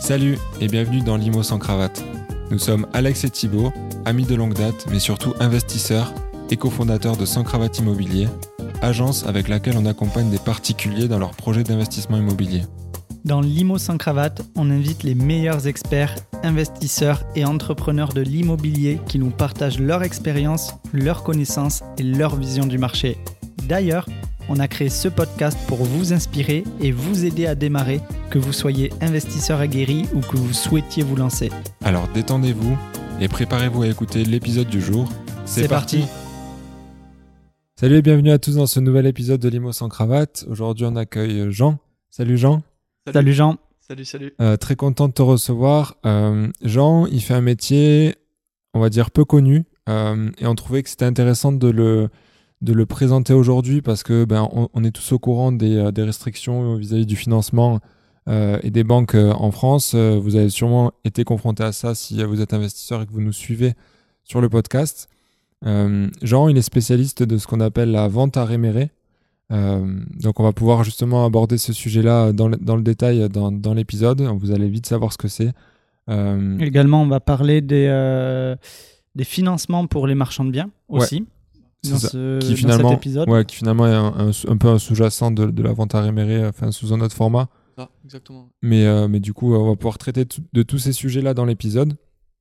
Salut et bienvenue dans l'IMO sans cravate. Nous sommes Alex et Thibaut, amis de longue date, mais surtout investisseurs et cofondateurs de Sans Cravate Immobilier, agence avec laquelle on accompagne des particuliers dans leurs projets d'investissement immobilier. Dans l'IMO sans cravate, on invite les meilleurs experts, investisseurs et entrepreneurs de l'immobilier qui nous partagent leur expérience, leurs connaissances et leur vision du marché. D'ailleurs, on a créé ce podcast pour vous inspirer et vous aider à démarrer, que vous soyez investisseur aguerri ou que vous souhaitiez vous lancer. Alors détendez-vous et préparez-vous à écouter l'épisode du jour. C'est parti. Salut et bienvenue à tous dans ce nouvel épisode de l'IMO sans cravate. Aujourd'hui, on accueille Jean. Salut Jean. Salut Jean. Salut. Très content de te recevoir. Jean, il fait un métier, on va dire, peu connu. Et on trouvait que c'était intéressant de le présenter aujourd'hui parce que on est tous au courant des restrictions vis-à-vis du financement et des banques en France. Vous avez sûrement été confronté à ça si vous êtes investisseur et que vous nous suivez sur le podcast. Jean, il est spécialiste de ce qu'on appelle la vente à réméré. Donc on va pouvoir justement aborder ce sujet-là dans le détail dans l'épisode. Vous allez vite savoir ce que c'est. Également, on va parler des financements pour les marchands de biens aussi. Ouais. Dans cet épisode. Ouais, qui finalement est un peu un sous-jacent de la vente à réméré, enfin sous un autre format. Ah, exactement. Mais du coup, on va pouvoir traiter de tous ces sujets-là dans l'épisode.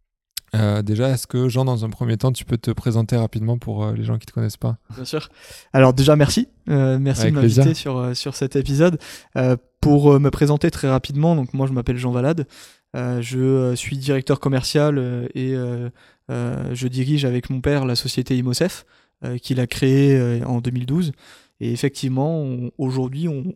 Déjà, est-ce que Jean, dans un premier temps, tu peux te présenter rapidement pour les gens qui ne te connaissent pas? Bien sûr. Alors déjà, merci. Merci Avec de m'inviter plaisir. sur cet épisode. Pour me présenter très rapidement, donc moi je m'appelle Jean Valade. Je suis directeur commercial et je dirige avec mon père la société IMOCEF qu'il a créée en 2012. Et effectivement, aujourd'hui, on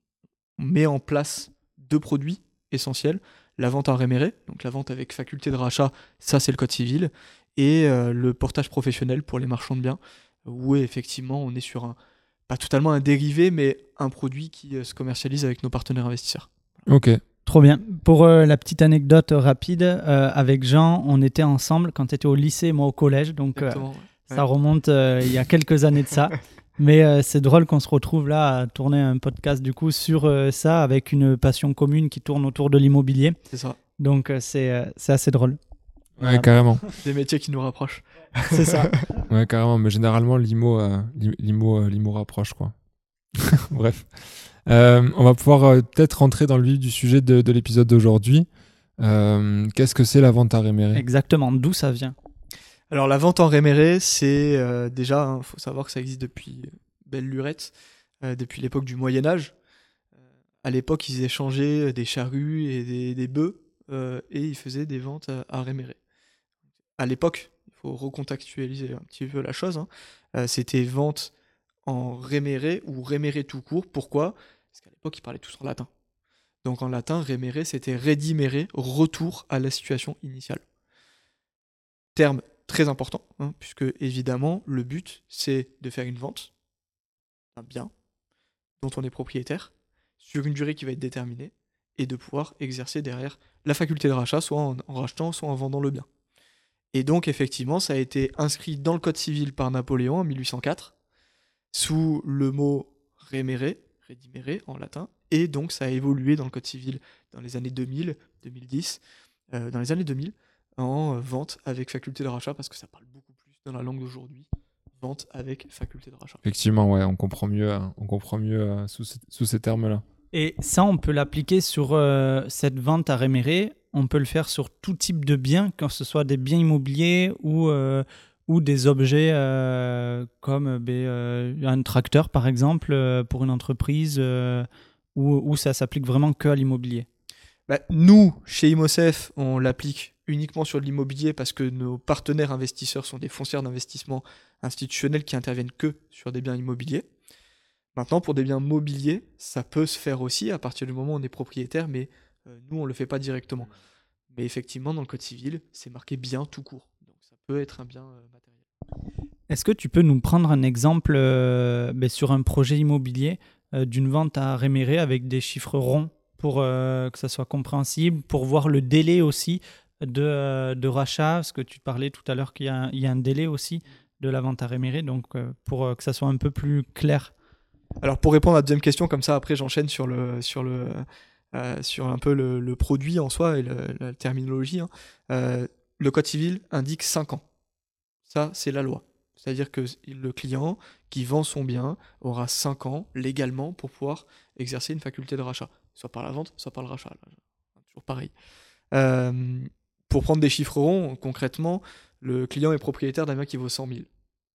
met en place deux produits essentiels. La vente à réméré, donc la vente avec faculté de rachat, ça c'est le code civil, et le portage professionnel pour les marchands de biens, où effectivement on est sur pas totalement un dérivé, mais un produit qui se commercialise avec nos partenaires investisseurs. Ok. Trop bien. Pour la petite anecdote rapide, avec Jean, on était ensemble quand tu étais au lycée, moi au collège, donc ça remonte il y a quelques années de ça. Mais c'est drôle qu'on se retrouve là à tourner un podcast du coup sur ça avec une passion commune qui tourne autour de l'immobilier. C'est ça. Donc c'est assez drôle. Ouais, Voilà. carrément. Des métiers qui nous rapprochent. C'est ça. Ouais, carrément. Mais généralement, l'IMO rapproche, quoi. Bref. On va pouvoir peut-être rentrer dans le vif du sujet de l'épisode d'aujourd'hui. Qu'est-ce que c'est la vente à réméré? Exactement. D'où ça vient? Alors la vente en réméré, c'est déjà, faut savoir que ça existe depuis belle lurette, depuis l'époque du Moyen-Âge. À l'époque, ils échangeaient des charrues et des bœufs et ils faisaient des ventes à réméré. À l'époque, il faut recontextualiser un petit peu la chose, c'était vente en réméré ou réméré tout court. Pourquoi? Parce qu'à l'époque, ils parlaient tous en latin. Donc en latin, réméré, c'était redimere, retour à la situation initiale. Terme très important, puisque évidemment, le but, c'est de faire une vente d'un bien dont on est propriétaire sur une durée qui va être déterminée et de pouvoir exercer derrière la faculté de rachat, soit en rachetant, soit en vendant le bien. Et donc, effectivement, ça a été inscrit dans le Code civil par Napoléon en 1804 sous le mot réméré, redimere en latin, et donc ça a évolué dans le Code civil dans les années 2000, 2010, dans les années 2000, en vente avec faculté de rachat, parce que ça parle beaucoup plus dans la langue d'aujourd'hui, vente avec faculté de rachat. Effectivement, ouais, on comprend mieux sous ces termes-là. Et ça, on peut l'appliquer sur cette vente à réméré. On peut le faire sur tout type de biens, que ce soit des biens immobiliers ou des objets comme un tracteur, par exemple, pour une entreprise, où ça s'applique vraiment que à l'immobilier. Nous, chez IMOCEF, on l'applique uniquement sur l'immobilier parce que nos partenaires investisseurs sont des foncières d'investissement institutionnels qui interviennent que sur des biens immobiliers. Maintenant, pour des biens mobiliers, ça peut se faire aussi à partir du moment où on est propriétaire, mais nous, on ne le fait pas directement. Mais effectivement, dans le Code civil, c'est marqué bien tout court. Donc ça peut être un bien matériel. Est-ce que tu peux nous prendre un exemple sur un projet immobilier d'une vente à réméré avec des chiffres ronds pour que ça soit compréhensible, pour voir le délai aussi de rachat, parce que tu parlais tout à l'heure qu'il y a un délai aussi de la vente à réméré, donc pour que ça soit un peu plus clair. Alors pour répondre à la deuxième question, comme ça après j'enchaîne sur sur un peu le produit en soi et la terminologie. Le code civil indique 5 ans. Ça, c'est la loi. C'est-à-dire que le client qui vend son bien aura 5 ans légalement pour pouvoir exercer une faculté de rachat, soit par la vente, soit par le rachat. Là, toujours pareil. Pour prendre des chiffres ronds, concrètement, le client est propriétaire d'un bien qui vaut 100 000.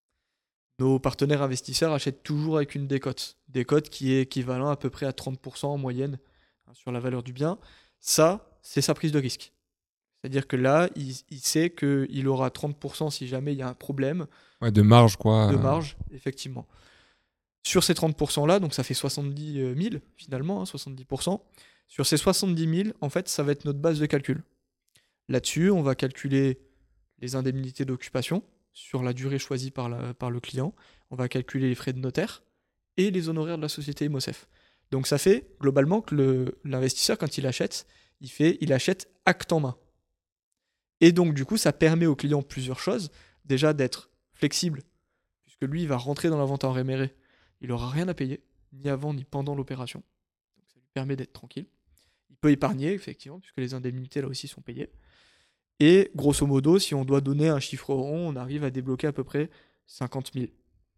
Nos partenaires investisseurs achètent toujours avec une décote. Décote qui est équivalent à peu près à 30% en moyenne sur la valeur du bien. Ça, c'est sa prise de risque. C'est-à-dire que là, il sait qu'il aura 30% si jamais il y a un problème. Ouais, de marge, quoi. De marge, effectivement. Sur ces 30%-là, donc ça fait 70 000 finalement, 70%. Sur ces 70 000, en fait, ça va être notre base de calcul. Là-dessus, on va calculer les indemnités d'occupation sur la durée choisie par le client. On va calculer les frais de notaire et les honoraires de la société Imosef. Donc ça fait globalement que l'investisseur, quand il achète, il achète acte en main. Et donc du coup, ça permet au client plusieurs choses. Déjà d'être flexible, puisque lui, il va rentrer dans la vente en réméré. Il n'aura rien à payer, ni avant ni pendant l'opération. Donc ça lui permet d'être tranquille. Il peut épargner, effectivement, puisque les indemnités, là aussi, sont payées. Et grosso modo, si on doit donner un chiffre rond, on arrive à débloquer à peu près 50 000.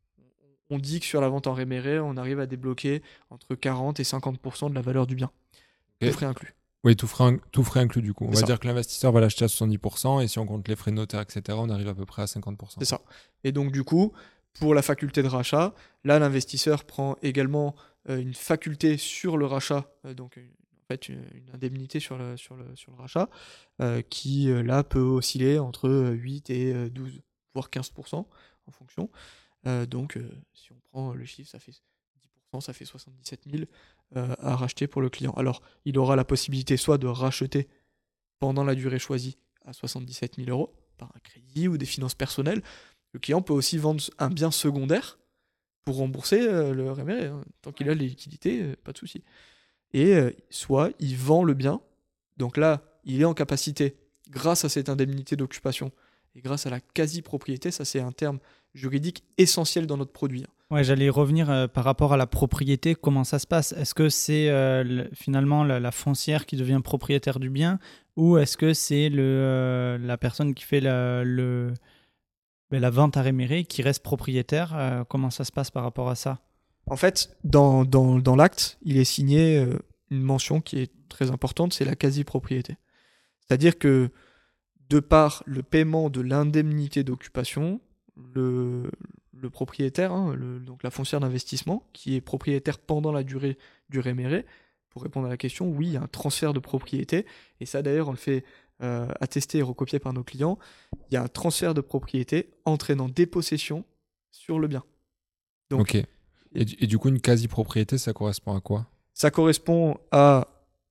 On dit que sur la vente en réméré, on arrive à débloquer entre 40 et 50% de la valeur du bien. Tout frais inclus. Oui, tout frais inclus du coup. On va ça. dire que l'investisseur va l'acheter à 70% et si on compte les frais de notaire, etc., on arrive à peu près à 50%. C'est ça. Et donc du coup, pour la faculté de rachat, là, l'investisseur prend également une faculté sur le rachat, donc en fait une indemnité sur le rachat, qui là peut osciller entre 8 et 12, voire 15% en fonction. Donc si on prend le chiffre, ça fait 10%, ça fait 77 000 à racheter pour le client. Alors, il aura la possibilité soit de racheter pendant la durée choisie à 77 000 euros par un crédit ou des finances personnelles. Le client peut aussi vendre un bien secondaire pour rembourser le réméré. Hein. Tant qu'il a les liquidités, pas de souci. Et soit il vend le bien. Donc là, il est en capacité, grâce à cette indemnité d'occupation et grâce à la quasi-propriété, ça c'est un terme juridique essentiel dans notre produit. Ouais, j'allais y revenir par rapport à la propriété, comment ça se passe? Est-ce que c'est finalement la foncière qui devient propriétaire du bien ou est-ce que c'est la personne qui fait la vente à réméré qui reste propriétaire? Comment ça se passe par rapport à ça? En fait, dans l'acte, il est signé une mention qui est très importante, c'est la quasi-propriété. C'est-à-dire que de par le paiement de l'indemnité d'occupation, le propriétaire, donc la foncière d'investissement, qui est propriétaire pendant la durée du réméré, pour répondre à la question, oui, il y a un transfert de propriété, et ça d'ailleurs on le fait attester et recopier par nos clients, il y a un transfert de propriété entraînant dépossession sur le bien. Donc, ok. Et du coup, une quasi-propriété, ça correspond à quoi? Ça correspond à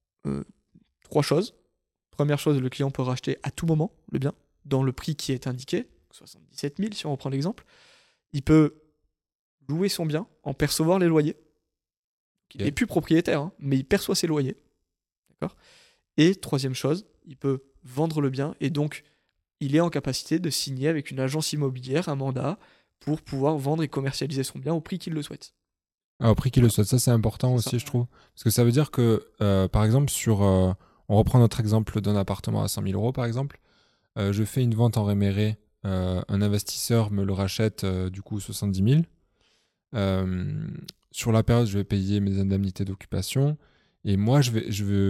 3 choses. Première chose, le client peut racheter à tout moment le bien, dans le prix qui est indiqué, 77 000 si on reprend l'exemple. Il peut louer son bien, en percevoir les loyers. Il n'est plus propriétaire, mais il perçoit ses loyers. D'accord ? Et troisième chose, il peut vendre le bien et donc il est en capacité de signer avec une agence immobilière un mandat pour pouvoir vendre et commercialiser son bien au prix qu'il le souhaite. Au prix qu'il le souhaite, ça c'est important aussi, je trouve. Parce que ça veut dire que, par exemple, on reprend notre exemple d'un appartement à 100 000 euros, par exemple. Je fais une vente en réméré, un investisseur me le rachète du coup 70 000. Sur la période, je vais payer mes indemnités d'occupation et moi, je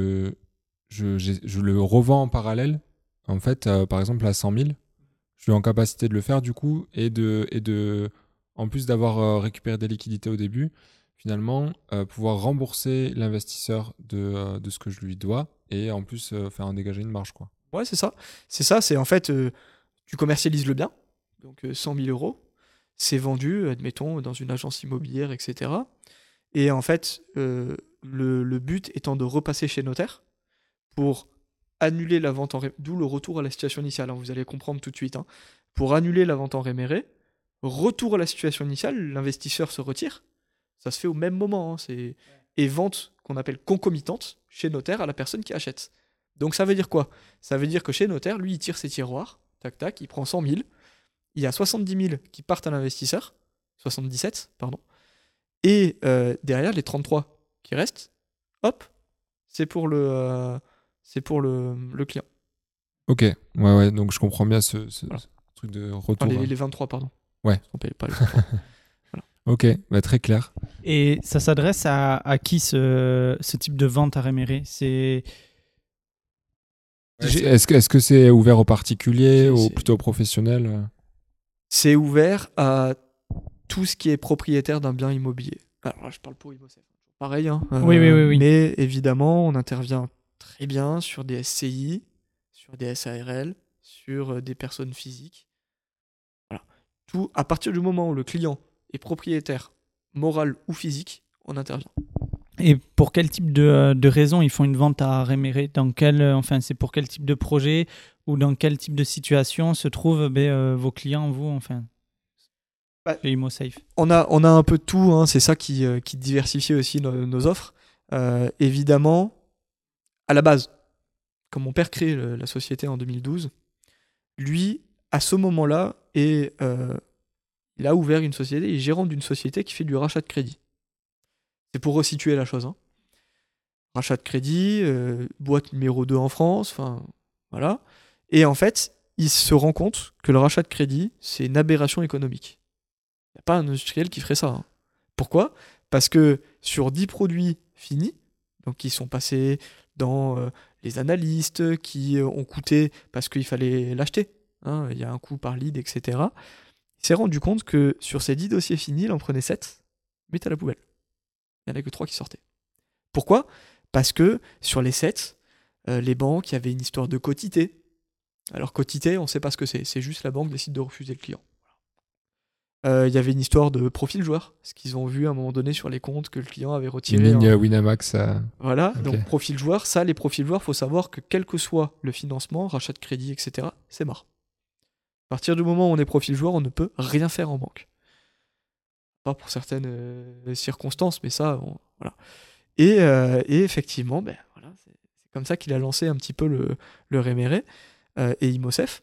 le revends en parallèle, en fait, par exemple à 100 000. Je suis en capacité de le faire du coup et en plus d'avoir récupéré des liquidités au début, finalement, pouvoir rembourser l'investisseur de ce que je lui dois et en plus faire en dégager une marge, quoi. Ouais, c'est ça. C'est en fait, tu commercialises le bien, donc 100 000 euros. C'est vendu, admettons, dans une agence immobilière, etc. Et en fait, le but étant de repasser chez notaire pour annuler la vente en d'où le retour à la situation initiale. Hein, vous allez comprendre tout de suite. Hein. Pour annuler la vente en réméré, retour à la situation initiale, l'investisseur se retire. Ça se fait au même moment. Hein, et vente qu'on appelle concomitante chez notaire à la personne qui achète. Donc ça veut dire quoi? Ça veut dire que chez notaire, lui, il tire ses tiroirs, tac tac, il prend 100 000. Il y a 70 000 qui partent à l'investisseur, 77, pardon. Et derrière, les 33 qui restent, hop, c'est pour le client. Ok, ouais, donc je comprends bien ce Voilà. truc de Enfin, retour. les 23, pardon. Ouais. On paye pas les 23. Ok, très clair. Et ça s'adresse à qui ce type de vente à réméré? Est-ce que c'est ouvert aux particuliers ou C'est- plutôt aux professionnels? C'est ouvert à tout ce qui est propriétaire d'un bien immobilier. Alors là, je parle pour Imosef. Pareil, hein. Oui. Mais évidemment, on intervient très bien sur des SCI, sur des SARL, sur des personnes physiques. Voilà. Tout, à partir du moment où le client est propriétaire, moral ou physique, on intervient. Et pour quel type de raison ils font une vente à réméré? Enfin, c'est pour quel type de projet ou dans quel type de situation se trouvent vos clients, vous, enfin, chez ImoSafe? On a un peu de tout, hein. C'est ça qui diversifie aussi nos offres. Évidemment, à la base, quand mon père crée la société en 2012, lui, à ce moment-là, il a ouvert une société, il est gérant d'une société qui fait du rachat de crédit. C'est pour resituer la chose, hein. Rachat de crédit, boîte numéro 2 en France, enfin voilà. Et en fait, il se rend compte que le rachat de crédit, c'est une aberration économique. Il n'y a pas un industriel qui ferait ça, hein. Pourquoi? Parce que sur 10 produits finis, donc qui sont passés dans les analystes, qui ont coûté parce qu'il fallait l'acheter, hein, il y a un coût par lead, etc. Il s'est rendu compte que sur ces 10 dossiers finis, il en prenait 7, mettait à la poubelle. Il n'y en a que 3 qui sortaient. Pourquoi? Parce que sur les 7, les banques, il y avait une histoire de quotité. Alors quotité, on ne sait pas ce que c'est juste la banque décide de refuser le client. Il y avait une histoire de profil joueur, parce qu'ils ont vu à un moment donné sur les comptes que le client avait Une retiré. ligne Winamax. Voilà, Ok. donc profil joueur, les profils joueurs, faut savoir que quel que soit le financement, rachat de crédit, etc., c'est mort. À partir du moment où on est profil joueur, on ne peut rien faire en banque. Pas pour certaines circonstances, mais ça, voilà. Et effectivement, voilà, c'est comme ça qu'il a lancé un petit peu le Réméré et Imosef.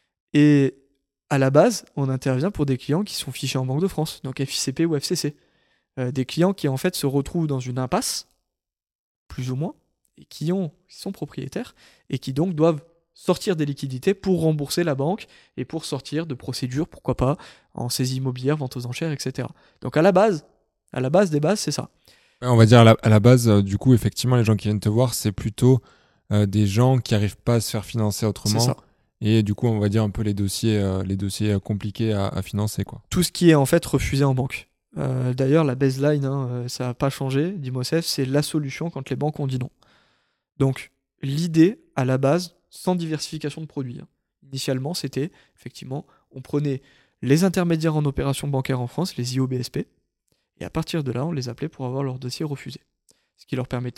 Et à la base, on intervient pour des clients qui sont fichés en Banque de France, donc FICP ou FCC. Des clients qui en fait se retrouvent dans une impasse, plus ou moins, et qui sont propriétaires, et qui donc doivent sortir des liquidités pour rembourser la banque et pour sortir de procédures, pourquoi pas, en saisie immobilière, vente aux enchères, etc. Donc à la base des bases, c'est ça. Ouais, on va dire à la base, du coup, effectivement, les gens qui viennent te voir, c'est plutôt des gens qui n'arrivent pas à se faire financer autrement. C'est ça. Et du coup, on va dire un peu les dossiers compliqués à financer, quoi. Tout ce qui est en fait refusé en banque. D'ailleurs, la baseline, hein, ça n'a pas changé, d'Imosef, c'est la solution quand les banques ont dit non. Donc, l'idée, à la base, sans diversification de produits, hein. Initialement, c'était, effectivement, on prenait les intermédiaires en opération bancaire en France, les IOBSP, et à partir de là, on les appelait pour avoir leur dossier refusé. Ce qui leur permet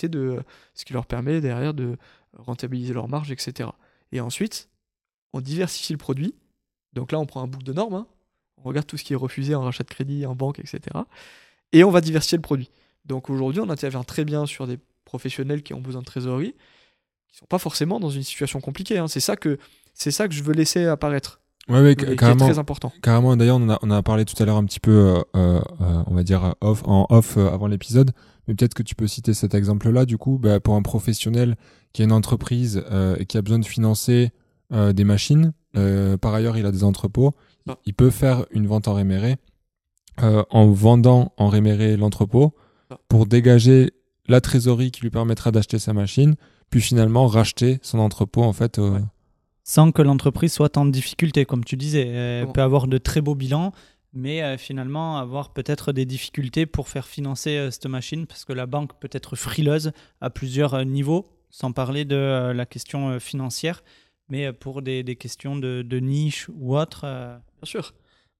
derrière de rentabiliser leurs marges, etc. Et ensuite, on diversifie le produit. Donc là, on prend un boucle de normes, hein. On regarde tout ce qui est refusé en rachat de crédit, en banque, etc. Et on va diversifier le produit. Donc aujourd'hui, on intervient très bien sur des professionnels qui ont besoin de trésorerie, qui ne sont pas forcément dans une situation compliquée, hein. C'est ça que je veux laisser apparaître. Ouais, Qui est carrément. très important. Carrément, d'ailleurs, on en a parlé tout à l'heure un petit peu, on va dire en off avant l'épisode, mais peut-être que tu peux citer cet exemple-là, du coup, pour un professionnel qui a une entreprise et qui a besoin de financer des machines, par ailleurs, il a des entrepôts, il peut faire une vente en réméré en vendant en réméré l'entrepôt pour dégager la trésorerie qui lui permettra d'acheter sa machine, puis finalement racheter son entrepôt, en fait. Ouais. Sans que l'entreprise soit en difficulté, comme tu disais. Elle peut avoir de très beaux bilans, mais finalement avoir peut-être des difficultés pour faire financer cette machine, parce que la banque peut être frileuse à plusieurs niveaux, sans parler de la question financière, mais pour des questions de niche ou autre. Bien sûr.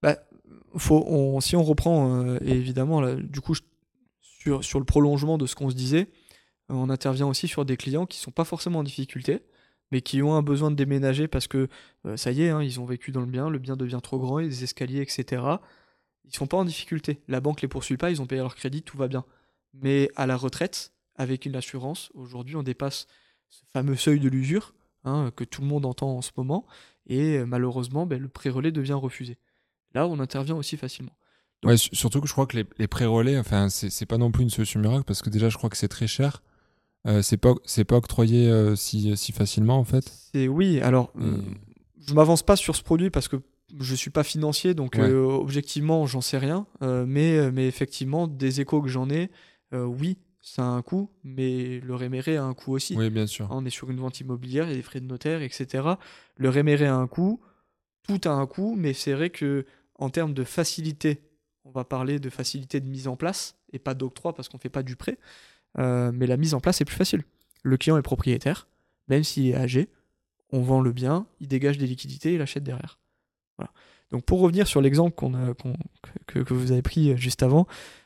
Si on reprend, et évidemment, là, du coup, sur le prolongement de ce qu'on se disait, on intervient aussi sur des clients qui ne sont pas forcément en difficulté, mais qui ont un besoin de déménager parce que ça y est, hein, ils ont vécu dans le bien devient trop grand, il y a des escaliers, etc. Ils sont pas en difficulté. La banque les poursuit pas, ils ont payé leur crédit, tout va bien. Mais à la retraite, avec une assurance, aujourd'hui on dépasse ce fameux seuil de l'usure, hein, que tout le monde entend en ce moment, et malheureusement le pré-relais devient refusé. Là on intervient aussi facilement. Donc, ouais, surtout que je crois que les pré-relais, enfin, c'est pas non plus une solution miracle parce que déjà je crois que c'est très cher. c'est pas octroyé si facilement en fait. Oui, alors, Et- je m'avance pas sur ce produit parce que je suis pas financier, donc Ouais. objectivement, j'en sais rien. Mais effectivement, des échos que j'en ai, oui, ça a un coût, mais le réméré a un coût aussi. Oui, bien sûr. On est sur une vente immobilière, il y a des frais de notaire, etc. Le réméré a un coût, tout a un coût, mais c'est vrai que en termes de facilité, on va parler de facilité de mise en place et pas d'octroi parce qu'on fait pas du prêt, mais la mise en place est plus facile. Le client est propriétaire, même s'il est âgé, on vend le bien, il dégage des liquidités, il achète derrière. Voilà. Donc pour revenir sur l'exemple que vous avez pris juste avant,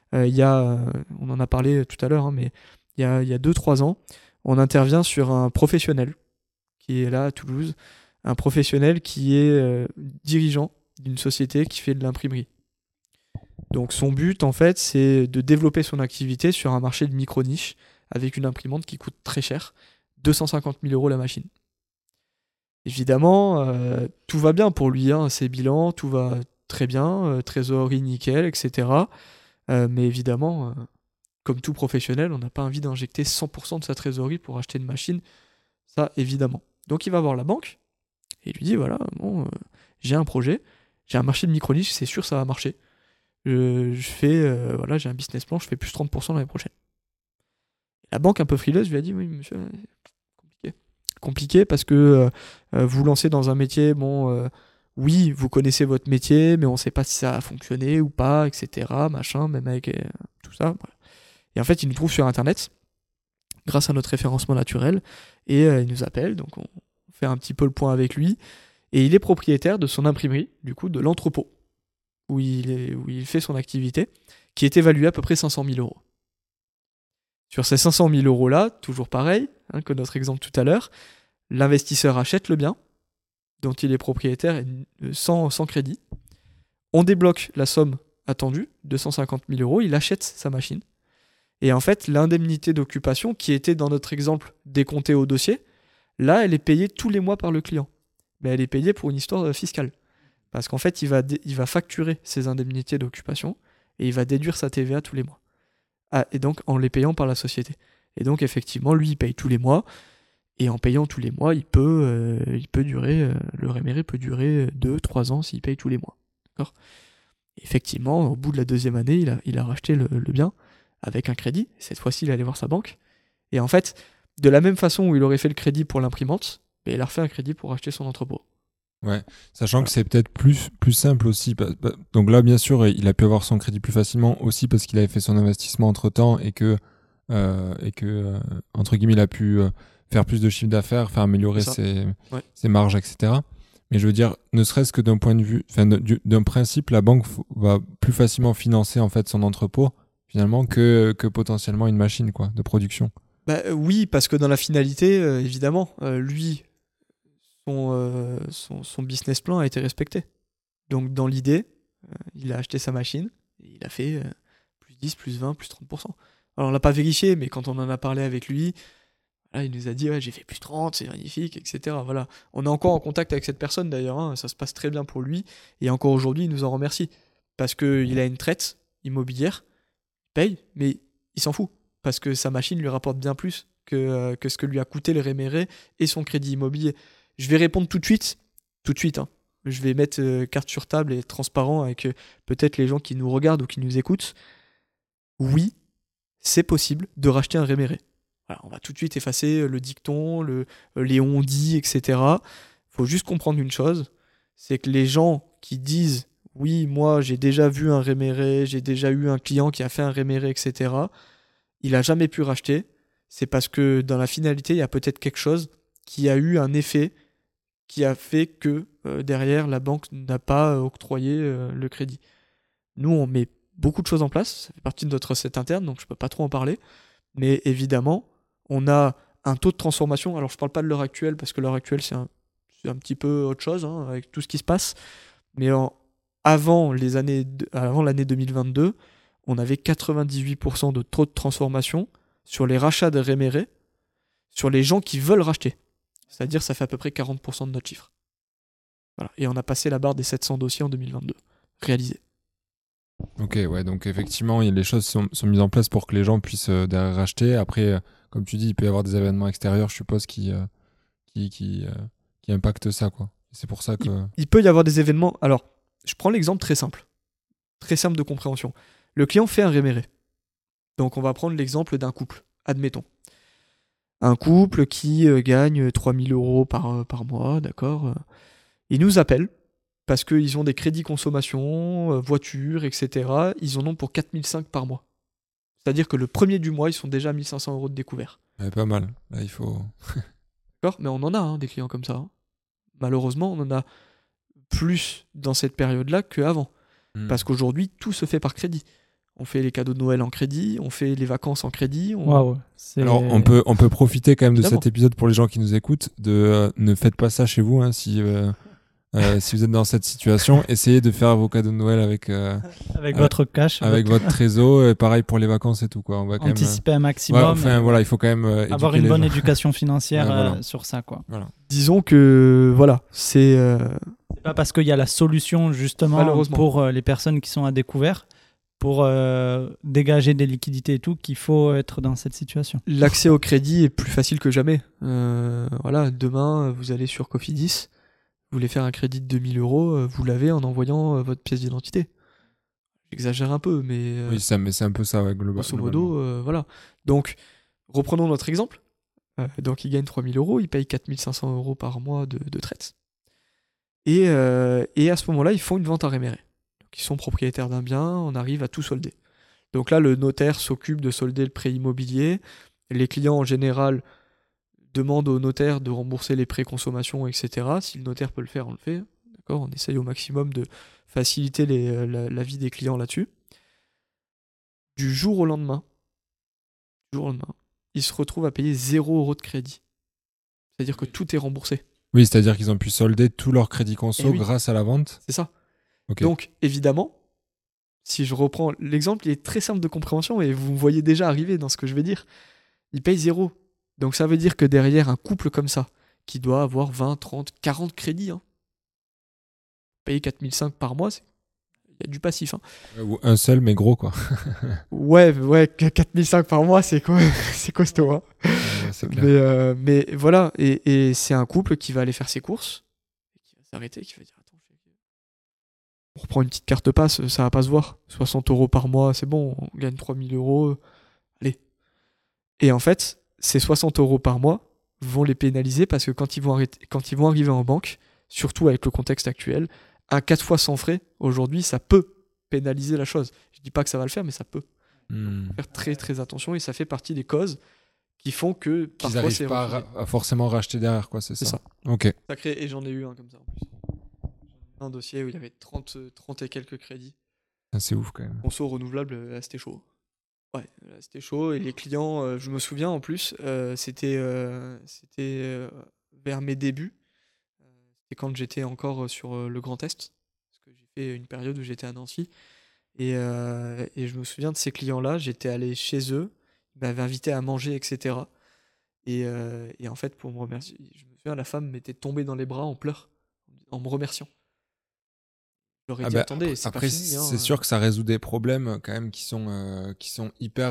on en a parlé tout à l'heure, hein, mais il y a 2-3 ans, on intervient sur un professionnel qui est là à Toulouse, un professionnel qui est dirigeant d'une société qui fait de l'imprimerie. Donc son but, en fait, c'est de développer son activité sur un marché de micro-niche avec une imprimante qui coûte très cher, 250 000 € la machine. Évidemment, tout va bien pour lui, hein, ses bilans, tout va très bien, trésorerie nickel, etc. Mais évidemment, comme tout professionnel, on n'a pas envie d'injecter 100% de sa trésorerie pour acheter une machine, ça évidemment. Donc il va voir la banque et il lui dit voilà, bon, j'ai un projet, j'ai un marché de micro-niche, c'est sûr ça va marcher. Voilà, j'ai un business plan, je fais plus 30% l'année prochaine. La banque, un peu frileuse, lui a dit oui, monsieur, compliqué. Compliqué parce que vous lancez dans un métier, oui, vous connaissez votre métier, mais on ne sait pas si ça a fonctionné ou pas, etc. Machin, même avec tout ça. Voilà. Et en fait, il nous trouve sur Internet, grâce à notre référencement naturel, et il nous appelle, donc on fait un petit peu le point avec lui, et il est propriétaire de son imprimerie, du coup, de l'entrepôt, où il fait son activité, qui est évalué à peu près 500 000 € Sur ces 500 000 € là, toujours pareil, hein, que notre exemple tout à l'heure, l'investisseur achète le bien, dont il est propriétaire sans crédit. On débloque la somme attendue, 250 000 €, il achète sa machine. Et en fait, l'indemnité d'occupation, qui était dans notre exemple décomptée au dossier, là, elle est payée tous les mois par le client. Mais elle est payée pour une histoire fiscale. Parce qu'en fait, il va facturer ses indemnités d'occupation et il va déduire sa TVA tous les mois. Et donc, en les payant par la société. Et donc, effectivement, lui, il paye tous les mois. Et en payant tous les mois, il peut durer, le réméré peut durer 2-3 ans s'il paye tous les mois. D'accord ? Effectivement, au bout de la 2e année, il a racheté le bien avec un crédit. Cette fois-ci, il allait voir sa banque. Et en fait, de la même façon où il aurait fait le crédit pour l'imprimante, il a refait un crédit pour acheter son entrepôt. Ouais, sachant que c'est peut-être plus simple aussi. Donc là, bien sûr, il a pu avoir son crédit plus facilement aussi parce qu'il avait fait son investissement entre-temps et que entre guillemets, il a pu faire plus de chiffre d'affaires, faire améliorer ses marges, etc. Mais je veux dire, ne serait-ce que d'un point de vue, d'un principe, la banque va plus facilement financer en fait son entrepôt finalement que potentiellement une machine quoi, de production. Oui, parce que dans la finalité, évidemment, lui, son business plan a été respecté. Donc dans l'idée, il a acheté sa machine, et il a fait plus 10, plus 20, plus 30%. Alors on l'a pas vérifié, mais quand on en a parlé avec lui, là, il nous a dit ouais, j'ai fait plus 30, c'est magnifique, etc. Voilà. On est encore en contact avec cette personne d'ailleurs, hein, ça se passe très bien pour lui, et encore aujourd'hui il nous en remercie. Parce qu'il a une traite immobilière, il paye, mais il s'en fout. Parce que sa machine lui rapporte bien plus que ce que lui a coûté le réméré et son crédit immobilier. Je vais répondre tout de suite, hein. Je vais mettre carte sur table et être transparent avec peut-être les gens qui nous regardent ou qui nous écoutent. Oui, c'est possible de racheter un réméré. Voilà, on va tout de suite effacer le dicton, les on-dit, etc. Il faut juste comprendre une chose, c'est que les gens qui disent « Oui, moi j'ai déjà vu un réméré, j'ai déjà eu un client qui a fait un réméré, etc. » Il n'a jamais pu racheter. C'est parce que dans la finalité, il y a peut-être quelque chose qui a eu un effet qui a fait que derrière, la banque n'a pas octroyé le crédit. Nous, on met beaucoup de choses en place, ça fait partie de notre recette interne, donc je ne peux pas trop en parler. Mais évidemment, on a un taux de transformation. Alors, je ne parle pas de l'heure actuelle, parce que l'heure actuelle, c'est un petit peu autre chose, hein, avec tout ce qui se passe. Mais avant l'année 2022, on avait 98% de taux de transformation sur les rachats de rémérés, sur les gens qui veulent racheter. C'est-à-dire, ça fait à peu près 40% de notre chiffre. Voilà. Et on a passé la barre des 700 dossiers en 2022, réalisés. Ok, ouais, donc effectivement, les choses sont mises en place pour que les gens puissent derrière racheter. Après, comme tu dis, il peut y avoir des événements extérieurs, je suppose, qui, qui, euh, qui impactent ça, quoi. C'est pour ça que... Il peut y avoir des événements. Alors, je prends l'exemple très simple de compréhension. Le client fait un réméré. Donc, on va prendre l'exemple d'un couple, admettons. Un couple qui gagne 3000 euros par mois, d'accord. Ils nous appellent parce qu'ils ont des crédits consommation, voiture, etc. Ils en ont pour 4005 par mois. C'est-à-dire que le premier du mois, ils sont déjà à 1500 euros de découvert. Ouais, pas mal. Là, il faut... D'accord. Mais on en a des clients comme ça. Hein. Malheureusement, on en a plus dans cette période-là qu'avant. Parce qu'aujourd'hui, tout se fait par crédit. On fait les cadeaux de Noël en crédit, on fait les vacances en crédit. Waouh. Alors, on peut profiter quand même de Évidemment. cet épisode pour les gens qui nous écoutent, de ne faites pas ça chez vous, hein, si vous êtes dans cette situation. Essayez de faire vos cadeaux de Noël avec votre cash. avec votre trésor, et pareil pour les vacances et tout, quoi. On va quand Anticiper un même... maximum. Ouais, enfin, voilà, il faut quand même avoir éduquer une les bonne gens. éducation financière Ouais, voilà. sur ça, quoi. Voilà. Disons que, voilà, c'est... C'est pas parce qu'il y a la solution, justement, Malheureusement. pour les personnes qui sont à découvert, pour dégager des liquidités et tout, qu'il faut être dans cette situation. L'accès au crédit est plus facile que jamais. Voilà, demain, vous allez sur Cofidis, vous voulez faire un crédit de 2000 euros, vous l'avez en envoyant votre pièce d'identité. J'exagère un peu, mais Oui, mais c'est un peu ça, ouais, grosso globalement. modo, voilà. Donc, reprenons notre exemple. Donc, il gagne 3000 euros, il paye 4500 euros par mois de traite. Et à ce moment-là, ils font une vente à réméré. Donc, ils sont propriétaires d'un bien, on arrive à tout solder. Donc là, le notaire s'occupe de solder le prêt immobilier. Les clients, en général, demandent au notaire de rembourser les prêts consommation, etc. Si le notaire peut le faire, on le fait. D'accord, on essaye au maximum de faciliter la vie des clients là-dessus. Du jour au lendemain, ils se retrouvent à payer 0 euros de crédit. C'est-à-dire que tout est remboursé. Oui, c'est-à-dire qu'ils ont pu solder tout leur crédit conso Eh oui. grâce à la vente. C'est ça. Ok. Donc, évidemment, si je reprends l'exemple, il est très simple de compréhension et vous me voyez déjà arriver dans ce que je vais dire. Ils payent 0. Donc, ça veut dire que derrière un couple comme ça, qui doit avoir 20, 30, 40 crédits, payer 4005 par mois, il y a du passif. Ou un seul, mais gros, quoi. Ouais, 4005 par mois, c'est quoi c'est costaud. Hein. C'est clair. Mais voilà, et c'est un couple qui va aller faire ses courses, qui va s'arrêter, qui va dire attends, on reprend une petite carte passe, ça va pas se voir. 60 euros par mois, c'est bon, on gagne 3000 euros. Allez. Et en fait, ces 60 euros par mois vont les pénaliser parce que quand ils vont arriver en banque, surtout avec le contexte actuel, un 4 fois sans frais, aujourd'hui, ça peut pénaliser la chose. Je dis pas que ça va le faire, mais ça peut. Faire très très attention et ça fait partie des causes qui font que qu'ils parfois c'est n'arrivent pas à forcément racheter derrière, quoi, c'est ça. ça. Ok. Sacré, et j'en ai eu un comme ça en plus. Un dossier où il y avait 30 et quelques crédits. C'est ouf quand même. Conso renouvelable, là c'était chaud. Ouais, là c'était chaud et les clients, je me souviens en plus, c'était vers mes débuts. C'était quand j'étais encore sur le Grand Est, parce que j'ai fait une période où j'étais à Nancy. Et je me souviens de ces clients-là, j'étais allé chez eux, ils m'avaient invité à manger, etc. Et en fait, pour me remercier, je me souviens, la femme m'était tombée dans les bras en pleurs, en me remerciant. J'aurais dit, attendez, c'est pas après, fini. c'est sûr que ça résout des problèmes quand même qui sont hyper,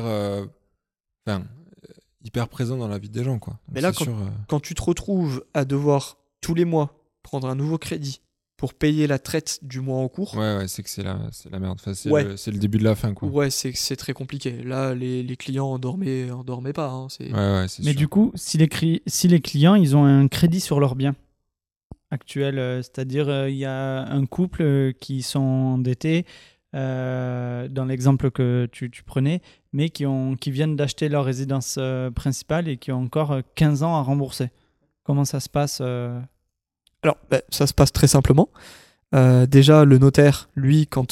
hyper présents dans la vie des gens, quoi. Donc mais là, sûr, quand tu te retrouves à devoir tous les mois prendre un nouveau crédit pour payer la traite du mois en cours. Ouais, c'est que c'est la merde. Enfin, c'est le début de la fin, quoi. Ouais, c'est très compliqué. Là, les clients en dormaient pas. Hein, ouais, c'est Mais sûr. du coup, si les clients, ils ont un crédit sur leurs biens actuels, c'est-à-dire il y a un couple qui sont endettés, dans l'exemple que tu prenais, mais qui viennent d'acheter leur résidence principale et qui ont encore 15 ans à rembourser. Comment ça se passe Alors, ça se passe très simplement. Déjà, le notaire, lui, quand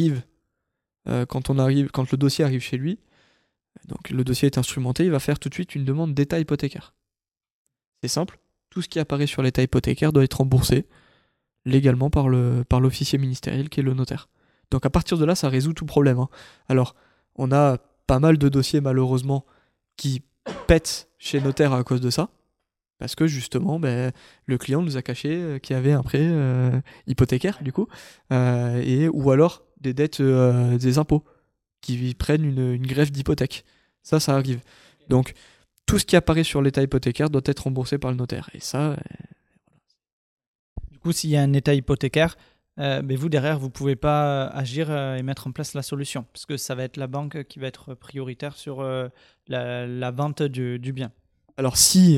le dossier arrive chez lui, donc le dossier est instrumenté, il va faire tout de suite une demande d'état hypothécaire. C'est simple. Tout ce qui apparaît sur l'état hypothécaire doit être remboursé légalement par l'officier ministériel qui est le notaire. Donc à partir de là, ça résout tout problème. Hein. Alors, on a pas mal de dossiers malheureusement qui pètent chez notaire à cause de ça. Parce que justement, le client nous a caché qu'il y avait un prêt hypothécaire, du coup. Ou alors des dettes des impôts qui prennent une greffe d'hypothèque. Ça arrive. Donc, tout ce qui apparaît sur l'état hypothécaire doit être remboursé par le notaire. Et ça... Du coup, s'il y a un état hypothécaire, mais vous, derrière, vous ne pouvez pas agir et mettre en place la solution, parce que ça va être la banque qui va être prioritaire sur la vente du bien. Alors, si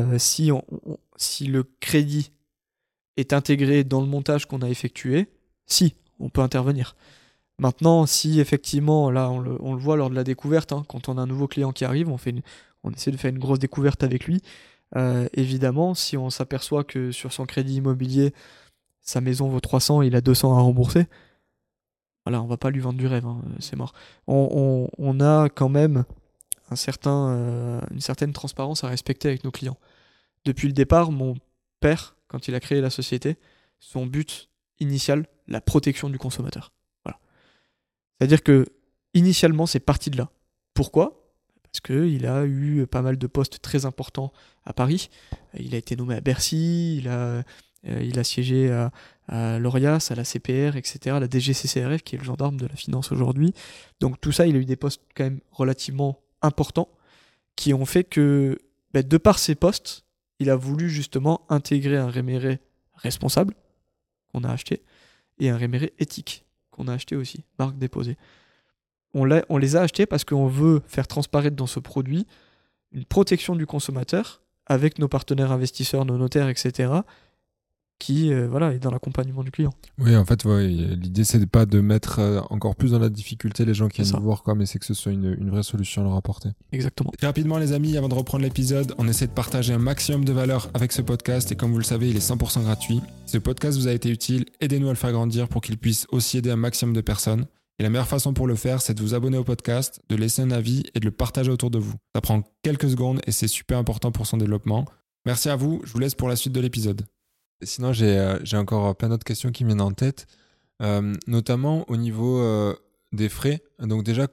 le crédit est intégré dans le montage qu'on a effectué, si, on peut intervenir. Maintenant, si effectivement, là, on le voit lors de la découverte, hein, quand on a un nouveau client qui arrive, on essaie de faire une grosse découverte avec lui. Évidemment, si on s'aperçoit que sur son crédit immobilier, sa maison vaut 300 et il a 200 à rembourser, voilà, on va pas lui vendre du rêve, hein, c'est mort. On a quand même une certaine transparence à respecter avec nos clients. Depuis le départ, mon père, quand il a créé la société, son but initial, la protection du consommateur. Voilà. C'est-à-dire que initialement, c'est parti de là. Pourquoi ? Parce qu'il a eu pas mal de postes très importants à Paris. Il a été nommé à Bercy, il a siégé à l'Orias, à la CPR, etc., à la DGCCRF, qui est le gendarme de la finance aujourd'hui. Donc tout ça, il a eu des postes quand même relativement importants qui ont fait que, de par ces postes, il a voulu justement intégrer un réméré responsable qu'on a acheté et un réméré éthique qu'on a acheté aussi, marque déposée. On les a achetés parce qu'on veut faire transparaître dans ce produit une protection du consommateur avec nos partenaires investisseurs, nos notaires, etc., qui est dans l'accompagnement du client. Oui, en fait, l'idée, c'est pas de mettre encore plus dans la difficulté les gens qui viennent nous voir, mais c'est que ce soit une vraie solution à leur apporter. Exactement. Très rapidement, les amis, avant de reprendre l'épisode, on essaie de partager un maximum de valeur avec ce podcast et comme vous le savez, il est 100% gratuit. Si ce podcast vous a été utile, aidez-nous à le faire grandir pour qu'il puisse aussi aider un maximum de personnes. Et la meilleure façon pour le faire, c'est de vous abonner au podcast, de laisser un avis et de le partager autour de vous. Ça prend quelques secondes et c'est super important pour son développement. Merci à vous, je vous laisse pour la suite de l'épisode. Sinon, j'ai encore plein d'autres questions qui me viennent en tête, notamment au niveau des frais. Donc déjà,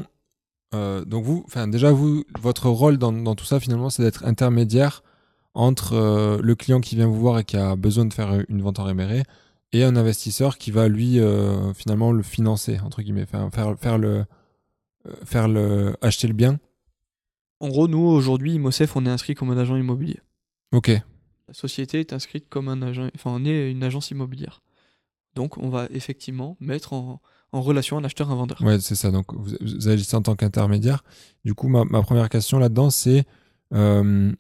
votre rôle dans tout ça, finalement, c'est d'être intermédiaire entre le client qui vient vous voir et qui a besoin de faire une vente en réméré et un investisseur qui va, lui, finalement, le financer, entre guillemets, acheter le bien. En gros, nous, aujourd'hui, Imosef, on est inscrit comme un agent immobilier. Ok. La société est inscrite comme on est une agence immobilière. Donc, on va effectivement mettre en relation un acheteur et un vendeur. Ouais, c'est ça. Donc, vous agissez en tant qu'intermédiaire. Du coup, ma première question là-dedans, c'est quel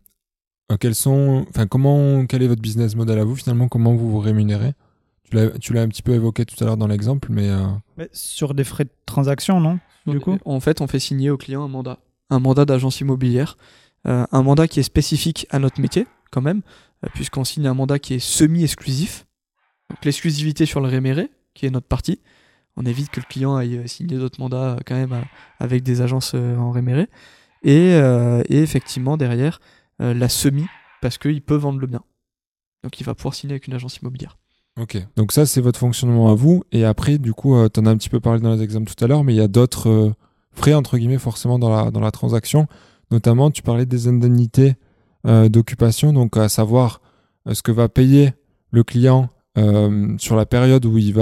est votre business model à vous, finalement, comment vous vous rémunérez ? Tu l'as un petit peu évoqué tout à l'heure dans l'exemple, mais... Sur des frais de transaction, non ? Du coup, en fait, on fait signer au client un mandat d'agence immobilière, un mandat qui est spécifique à notre métier, quand même, puisqu'on signe un mandat qui est semi-exclusif. Donc l'exclusivité sur le réméré, qui est notre partie. On évite que le client aille signer d'autres mandats quand même avec des agences en réméré. Et effectivement, derrière, la semi, parce qu'il peut vendre le bien. Donc il va pouvoir signer avec une agence immobilière. Ok, donc ça c'est votre fonctionnement à vous, et après du coup tu en as un petit peu parlé dans les exemples tout à l'heure, mais il y a d'autres frais entre guillemets forcément dans la transaction, notamment tu parlais des indemnités d'occupation, donc à savoir ce que va payer le client sur la période où il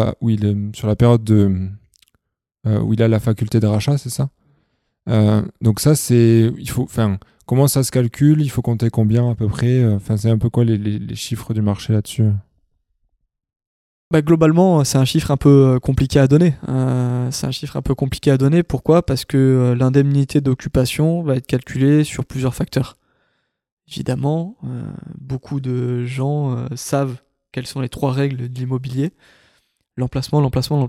a la faculté de rachat, c'est ça ? Donc ça comment ça se calcule, il faut compter combien à peu près, c'est un peu quoi les chiffres du marché là-dessus ? Globalement, c'est un chiffre un peu compliqué à donner. Pourquoi ? Parce que l'indemnité d'occupation va être calculée sur plusieurs facteurs. Évidemment, beaucoup de gens savent quelles sont les 3 règles de l'immobilier. L'emplacement.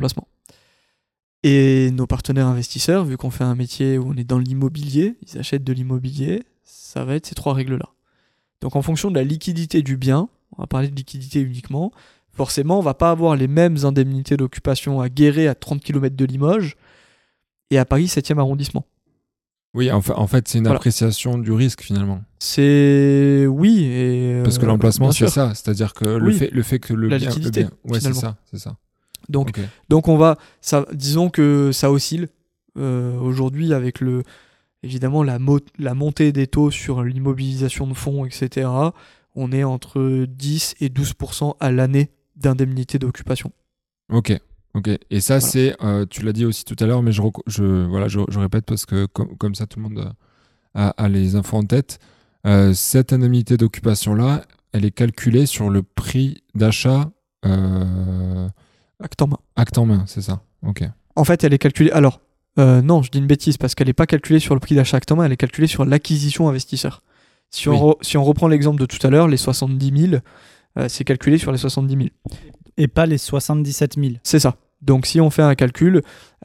Et nos partenaires investisseurs, vu qu'on fait un métier où on est dans l'immobilier, ils achètent de l'immobilier, ça va être ces 3 règles-là. Donc en fonction de la liquidité du bien, on va parler de liquidité uniquement, forcément, on va pas avoir les mêmes indemnités d'occupation à Guéret, à 30 km de Limoges, et à Paris 7e arrondissement. Oui, en fait, c'est une appréciation du risque, finalement. C'est... Oui, et... Parce que l'emplacement, c'est ça. C'est-à-dire que le fait que la liquidité, ouais, c'est ça. Donc disons que ça oscille. Aujourd'hui, avec évidemment la montée des taux sur l'immobilisation de fonds, etc., on est entre 10 et 12% à l'année d'indemnité d'occupation. Ok. Ok. Et ça, Voilà. c'est, tu l'as dit aussi tout à l'heure, mais je répète parce que comme ça, tout le monde a les infos en tête. Cette indemnité d'occupation-là, elle est calculée sur le prix d'achat Acte en main. acte en main, c'est ça? Ok. En fait, elle est calculée. Alors, non, je dis une bêtise parce qu'elle n'est pas calculée sur le prix d'achat acte en main, elle est calculée sur l'acquisition investisseur. Si on reprend l'exemple de tout à l'heure, les 70 000, c'est calculé sur les 70 000. Et pas les 77 000. C'est ça. Donc, si on fait un calcul,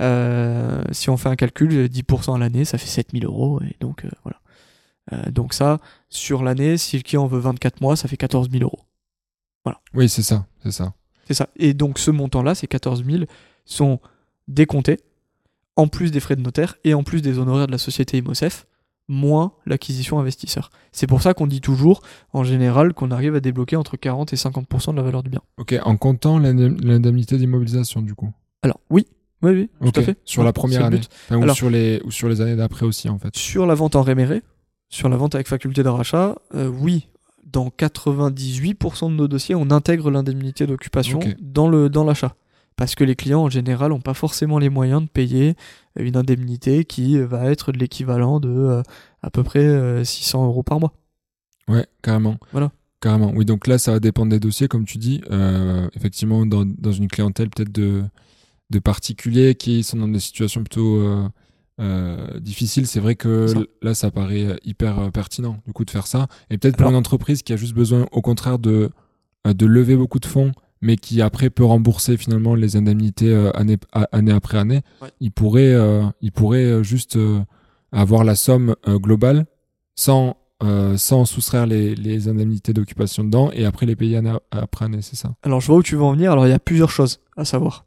10% à l'année, ça fait 7 000 euros. Et donc, voilà. Donc, ça, sur l'année, si le client veut 24 mois, ça fait 14 000 euros. Voilà. Oui, c'est ça. C'est ça. C'est ça. Et donc, ce montant-là, ces 14 000, sont décomptés, en plus des frais de notaire et en plus des honoraires de la société Imosef, moins l'acquisition investisseur. C'est pour ça qu'on dit toujours, en général, qu'on arrive à débloquer entre 40 et 50% de la valeur du bien. Ok, en comptant l'indemnité d'immobilisation, du coup. Alors, oui, tout Ok. à fait. Sur la première C'est le année. but. Enfin, Alors, ou sur les années d'après aussi, en fait. sur la vente en réméré, sur la vente avec faculté de rachat, oui, dans 98% de nos dossiers, on intègre l'indemnité d'occupation Ok. dans l'achat. Parce que les clients, en général, n'ont pas forcément les moyens de payer une indemnité qui va être de l'équivalent de à peu près 600 euros par mois. Ouais, carrément. Voilà. Carrément. Oui, donc là, ça va dépendre des dossiers, comme tu dis. Effectivement, dans une clientèle peut-être de particuliers qui sont dans des situations plutôt difficiles, c'est vrai que Ça. là, ça paraît hyper pertinent, du coup, de faire ça. Et peut-être pour Alors- une entreprise qui a juste besoin, au contraire, de lever beaucoup de fonds, mais qui après peut rembourser finalement les indemnités année après année, Ouais. il pourrait juste avoir la somme globale sans soustraire les indemnités d'occupation dedans et après les payer année après année, c'est ça? Alors, je vois où tu veux en venir. Alors, il y a plusieurs choses à savoir.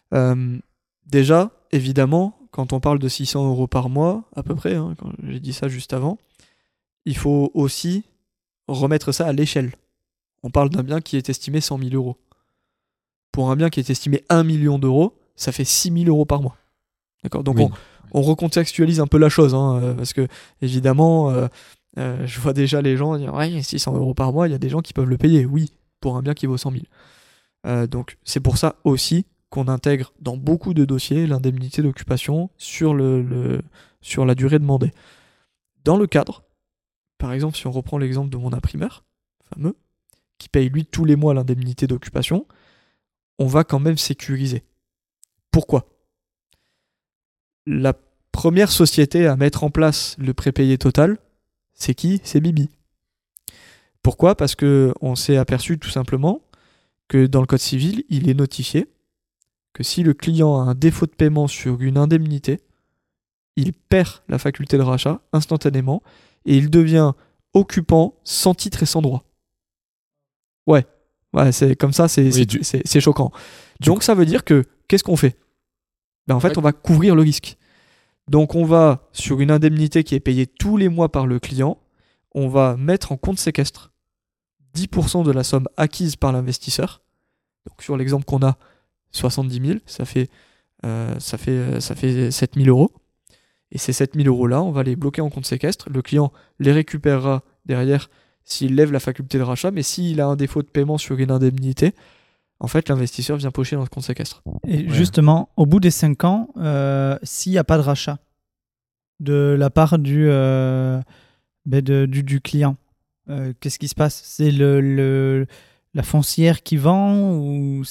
Déjà, évidemment, quand on parle de 600 euros par mois, à peu près, hein, quand j'ai dit ça juste avant, il faut aussi remettre ça à l'échelle. On parle d'un bien qui est estimé 100 000 euros. Pour un bien qui est estimé 1 million d'euros, ça fait 6 000 euros par mois. D'accord? Donc, Oui. on recontextualise un peu la chose, hein, parce que, évidemment, je vois déjà les gens dire ouais, 600 euros par mois, il y a des gens qui peuvent le payer. Oui, pour un bien qui vaut 100 000. Donc, c'est pour ça aussi qu'on intègre dans beaucoup de dossiers l'indemnité d'occupation sur la durée demandée. Dans le cadre, par exemple, si on reprend l'exemple de mon imprimeur, fameux, qui paye lui tous les mois l'indemnité d'occupation, on va quand même sécuriser. Pourquoi? La première société à mettre en place le prépayé total, c'est qui? C'est Bibi. Pourquoi? Parce qu'on s'est aperçu tout simplement que dans le code civil, il est notifié que si le client a un défaut de paiement sur une indemnité, il perd la faculté de rachat instantanément et il devient occupant sans titre et sans droit. Ouais, c'est comme ça, c'est choquant. Donc ça veut dire que, qu'est-ce qu'on fait? En fait, on va couvrir le risque. Donc on va, sur une indemnité qui est payée tous les mois par le client, on va mettre en compte séquestre 10% de la somme acquise par l'investisseur. Donc sur l'exemple qu'on a, 70 000, ça fait 7 000 euros. Et ces 7 000 euros-là, on va les bloquer en compte séquestre. Le client les récupérera derrière s'il lève la faculté de rachat, mais s'il a un défaut de paiement sur une indemnité, en fait, l'investisseur vient pocher dans ce compte séquestre. Et justement, au bout des 5 ans, s'il n'y a pas de rachat de la part du client, qu'est-ce qui se passe? C'est la foncière qui vend ou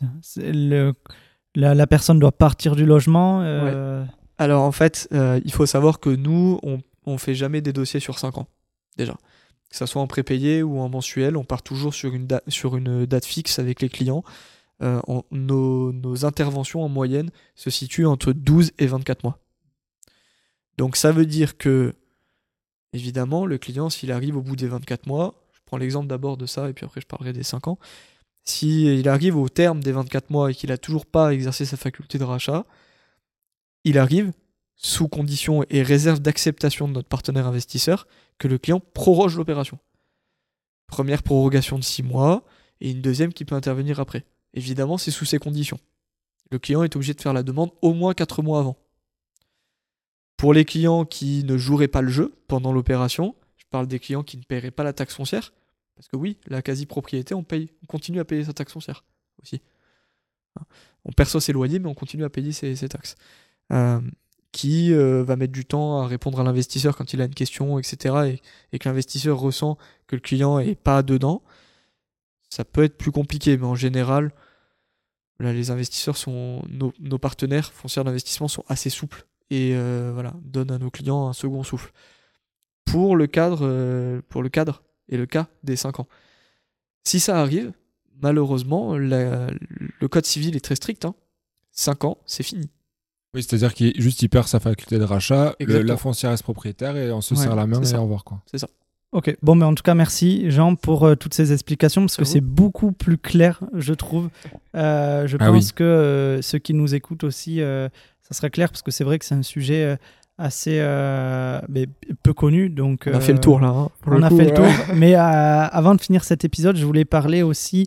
la personne doit partir du logement Ouais. Alors en fait, il faut savoir que nous, on fait jamais des dossiers sur 5 ans, déjà. Que ça soit en prépayé ou en mensuel, on part toujours sur une date fixe avec les clients. Nos interventions en moyenne se situent entre 12 et 24 mois. Donc ça veut dire que, évidemment, le client, s'il arrive au bout des 24 mois, je prends l'exemple d'abord de ça et puis après je parlerai des 5 ans, s'il arrive au terme des 24 mois et qu'il n'a toujours pas exercé sa faculté de rachat, il arrive, sous condition et réserve d'acceptation de notre partenaire investisseur, que le client proroge l'opération. Première prorogation de 6 mois et une deuxième qui peut intervenir après. Évidemment, c'est sous ces conditions. Le client est obligé de faire la demande au moins 4 mois avant. Pour les clients qui ne joueraient pas le jeu pendant l'opération, je parle des clients qui ne paieraient pas la taxe foncière, parce que oui, la quasi-propriété, on continue à payer sa taxe foncière aussi. On perçoit ses loyers, mais on continue à payer ses taxes. Qui va mettre du temps à répondre à l'investisseur quand il a une question, etc. Et que l'investisseur ressent que le client n'est pas dedans, ça peut être plus compliqué. Mais en général, là, les investisseurs nos partenaires foncières d'investissement sont assez souples et donnent à nos clients un second souffle. Pour le cadre et le cas des 5 ans. Si ça arrive, malheureusement, le code civil est très strict. 5 ans, c'est fini. Oui, c'est-à-dire qu'il perd sa faculté de rachat, la foncière reste propriétaire et on se serre la main et au revoir, quoi. C'est ça. Ok, bon, mais en tout cas, merci Jean pour toutes ces explications, parce que c'est beaucoup plus clair, je trouve. Je pense que ceux qui nous écoutent aussi, ça serait clair, parce que c'est vrai que c'est un sujet assez peu connu. Donc, on a fait le tour, là. On a fait le tour, mais avant de finir cet épisode, je voulais parler aussi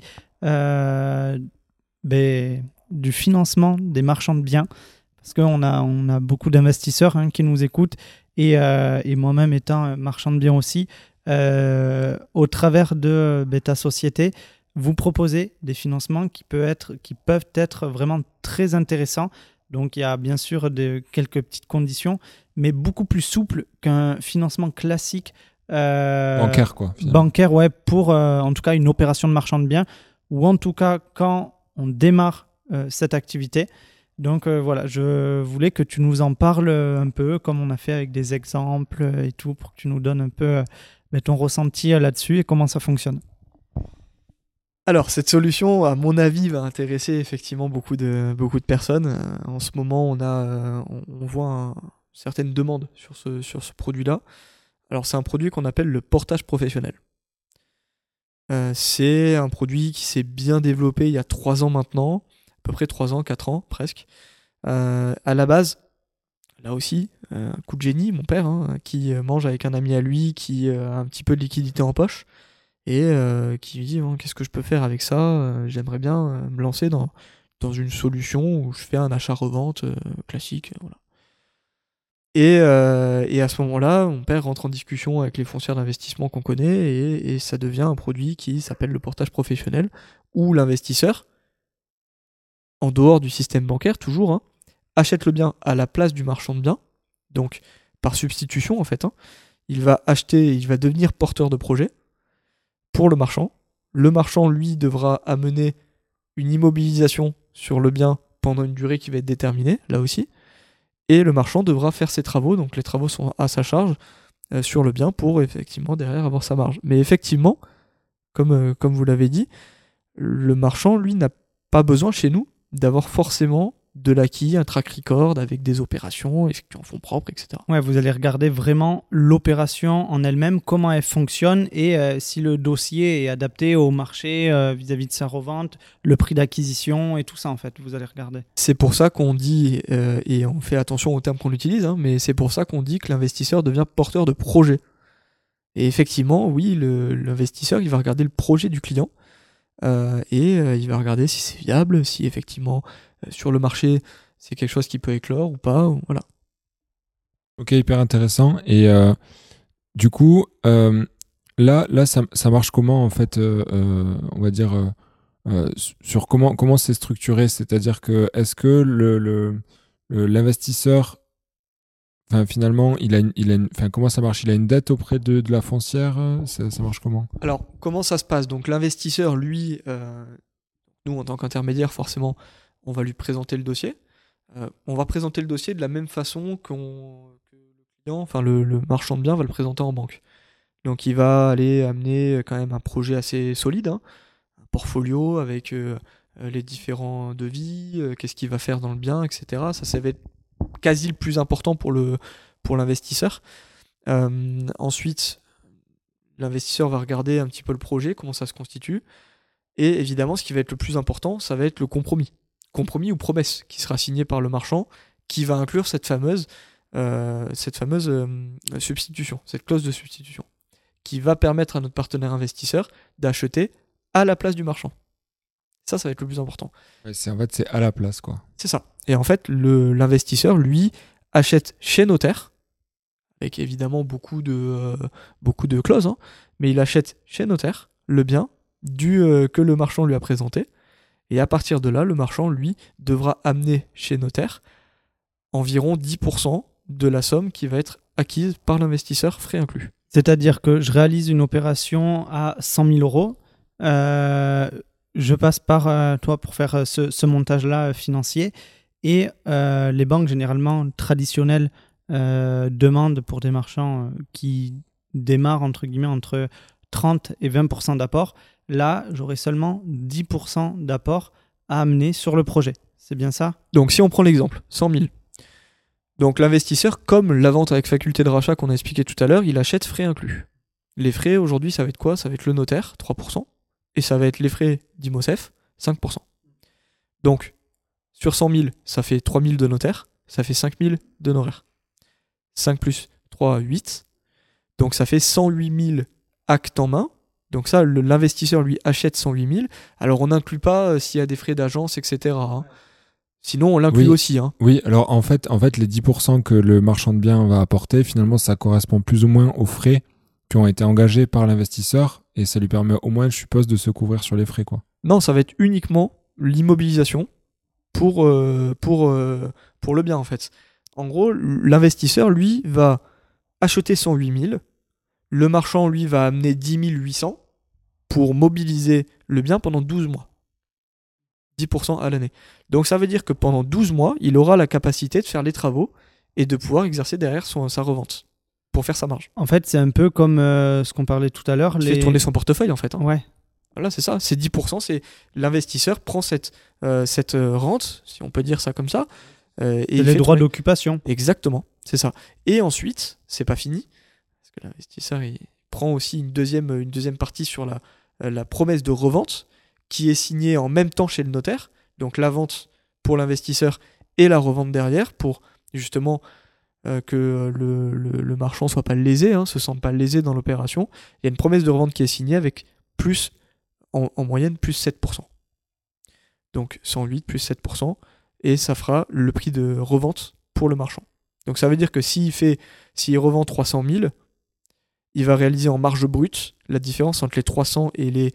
du financement des marchands de biens. Parce qu'on a beaucoup d'investisseurs qui nous écoutent et moi-même étant marchand de biens aussi, au travers de ta société, vous proposez des financements qui peuvent être vraiment très intéressants. Donc il y a bien sûr quelques petites conditions, mais beaucoup plus souples qu'un financement classique. Bancaire, quoi. Finalement. Bancaire, ouais, pour en tout cas une opération de marchand de biens, ou en tout cas quand on démarre cette activité. Donc voilà, je voulais que tu nous en parles un peu, comme on a fait avec des exemples et tout, pour que tu nous donnes un peu ton ressenti là-dessus et comment ça fonctionne. Alors, cette solution, à mon avis, va intéresser effectivement beaucoup de personnes. En ce moment, on voit certaines demandes sur ce produit-là. Alors, c'est un produit qu'on appelle le portage professionnel. C'est un produit qui s'est bien développé il y a 3 ans maintenant, à peu près 3 ans, 4 ans presque. À la base, là aussi, un coup de génie, mon père, qui mange avec un ami à lui, qui a un petit peu de liquidité en poche, et qui lui dit qu'est-ce que je peux faire avec ça, j'aimerais bien me lancer dans une solution où je fais un achat-revente classique. Voilà. Et à ce moment-là, mon père rentre en discussion avec les foncières d'investissement qu'on connaît, et ça devient un produit qui s'appelle le portage professionnel, où l'investisseur, en dehors du système bancaire, toujours, achète le bien à la place du marchand de biens, donc par substitution en fait. Il va devenir porteur de projet pour le marchand. Le marchand, lui, devra amener une immobilisation sur le bien pendant une durée qui va être déterminée, là aussi. Et le marchand devra faire ses travaux, donc les travaux sont à sa charge sur le bien pour effectivement derrière avoir sa marge. Mais effectivement, comme vous l'avez dit, le marchand, lui, n'a pas besoin chez nous d'avoir forcément de l'acquis, un track record avec des opérations effectuées en fonds propres, etc. Ouais, vous allez regarder vraiment l'opération en elle-même, comment elle fonctionne et si le dossier est adapté au marché vis-à-vis de sa revente, le prix d'acquisition et tout ça en fait, vous allez regarder. C'est pour ça qu'on dit, et on fait attention aux termes qu'on utilise, mais c'est pour ça qu'on dit que l'investisseur devient porteur de projet. Et effectivement, oui, l'investisseur, il va regarder le projet du client et il va regarder si c'est viable, si effectivement sur le marché c'est quelque chose qui peut éclore ou pas, voilà. Ok, hyper intéressant. Et du coup, là ça marche comment en fait, on va dire sur comment c'est structuré, c'est-à-dire que est-ce que l'investisseur, finalement, comment ça marche? Il a une dette auprès de la foncière? Ça marche comment? Alors, comment ça se passe? Donc, l'investisseur, lui, nous, en tant qu'intermédiaire, forcément, on va lui présenter le dossier. On va présenter le dossier de la même façon que le client, le marchand de biens va le présenter en banque. Donc, il va aller amener quand même un projet assez solide, un portfolio avec les différents devis, qu'est-ce qu'il va faire dans le bien, etc. Ça va être quasi le plus important pour l'investisseur. Ensuite, l'investisseur va regarder un petit peu le projet, comment ça se constitue. Et évidemment, ce qui va être le plus important, ça va être le compromis. Compromis ou promesse qui sera signé par le marchand, qui va inclure cette fameuse substitution, cette clause de substitution, qui va permettre à notre partenaire investisseur d'acheter à la place du marchand. Ça va être le plus important. Ouais, c'est à la place, quoi. C'est ça. Et en fait, l'investisseur, lui, achète chez notaire, avec évidemment beaucoup de clauses, mais il achète chez notaire le bien que le marchand lui a présenté, Et à partir de là, le marchand, lui, devra amener chez notaire environ 10% de la somme qui va être acquise par l'investisseur, frais inclus. C'est-à-dire que je réalise une opération à 100 000 euros. Je passe par toi pour faire ce montage-là financier. Et les banques, généralement traditionnelles, demandent pour des marchands qui démarrent entre guillemets entre 30 et 20% d'apport. Là, j'aurai seulement 10% d'apport à amener sur le projet. C'est bien ça ? Donc si on prend l'exemple, 100 000. Donc l'investisseur, comme la vente avec faculté de rachat qu'on a expliqué tout à l'heure, il achète frais inclus. Les frais aujourd'hui, ça va être quoi ? Ça va être le notaire, 3%, et ça va être les frais d'IMOCEF, 5%. Donc sur 100 000, ça fait 3 000 de notaire, ça fait 5 000 d'honoraires. 5 plus 3, 8. Donc ça fait 108 000 actes en main. Donc ça, l'investisseur lui achète 108 000. Alors on n'inclut pas s'il y a des frais d'agence, etc. Sinon, on l'inclut aussi. Oui, alors en fait, les 10% que le marchand de biens va apporter, finalement, ça correspond plus ou moins aux frais qui ont été engagés par l'investisseur et ça lui permet au moins, je suppose, de se couvrir sur les frais, quoi. Non, ça va être uniquement l'immobilisation pour le bien, en fait. En gros, l'investisseur, lui, va acheter 108 000. Le marchand, lui, va amener 10 800 pour mobiliser le bien pendant 12 mois. 10% à l'année. Donc ça veut dire que pendant 12 mois, il aura la capacité de faire les travaux et de pouvoir exercer derrière sa revente pour faire sa marge. En fait, c'est un peu comme ce qu'on parlait tout à l'heure. Il fait tourner son portefeuille, en fait. Ouais. Voilà, c'est ça. C'est 10%. C'est l'investisseur prend cette rente, si on peut dire ça comme ça. Et les droits d'occupation. Exactement, c'est ça. Et ensuite, c'est pas fini. Parce que l'investisseur, il prend aussi une deuxième partie sur la promesse de revente qui est signée en même temps chez le notaire. Donc la vente pour l'investisseur et la revente derrière pour justement que le marchand soit pas lésé, se sente pas lésé dans l'opération. Il y a une promesse de revente qui est signée avec plus, en moyenne, plus 7%. Donc 108 plus 7%, et ça fera le prix de revente pour le marchand. Donc ça veut dire que s'il revend 300 000, il va réaliser en marge brute la différence entre les 300 et les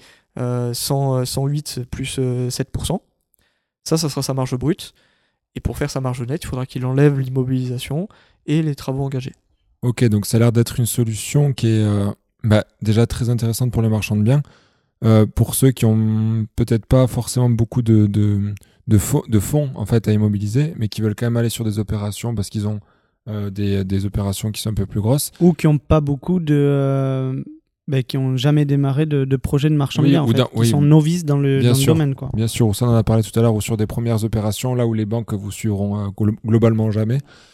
108 plus 7%. Ça sera sa marge brute. Et pour faire sa marge nette, il faudra qu'il enlève l'immobilisation et les travaux engagés. Ok, donc ça a l'air d'être une solution qui est déjà très intéressante pour les marchands de biens. Pour ceux qui ont peut-être pas forcément beaucoup de fonds en fait, à immobiliser, mais qui veulent quand même aller sur des opérations parce qu'ils ont des opérations qui sont un peu plus grosses. Ou qui n'ont pas beaucoup qui n'ont jamais démarré de projet de marchand de biens, qui sont novices dans le domaine. Quoi. Bien sûr, ça on en a parlé tout à l'heure, ou sur des premières opérations, là où les banques vous suivront globalement jamais.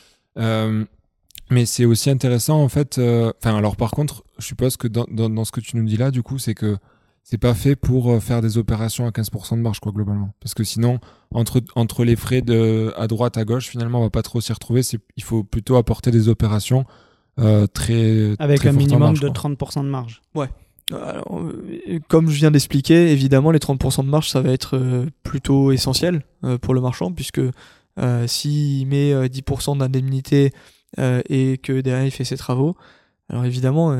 Mais c'est aussi intéressant en fait. Alors par contre, je suppose que dans ce que tu nous dis là, du coup, c'est que c'est pas fait pour faire des opérations à 15% de marge, quoi, globalement. Parce que sinon, entre les frais à droite, à gauche, finalement, on va pas trop s'y retrouver. Il faut plutôt apporter des opérations très avec très un minimum marge, de 30% de marge. Ouais. Alors, comme je viens d'expliquer, évidemment, les 30% de marge, ça va être plutôt essentiel pour le marchand, puisque s'il met 10% d'indemnité et que derrière il fait ses travaux, alors évidemment,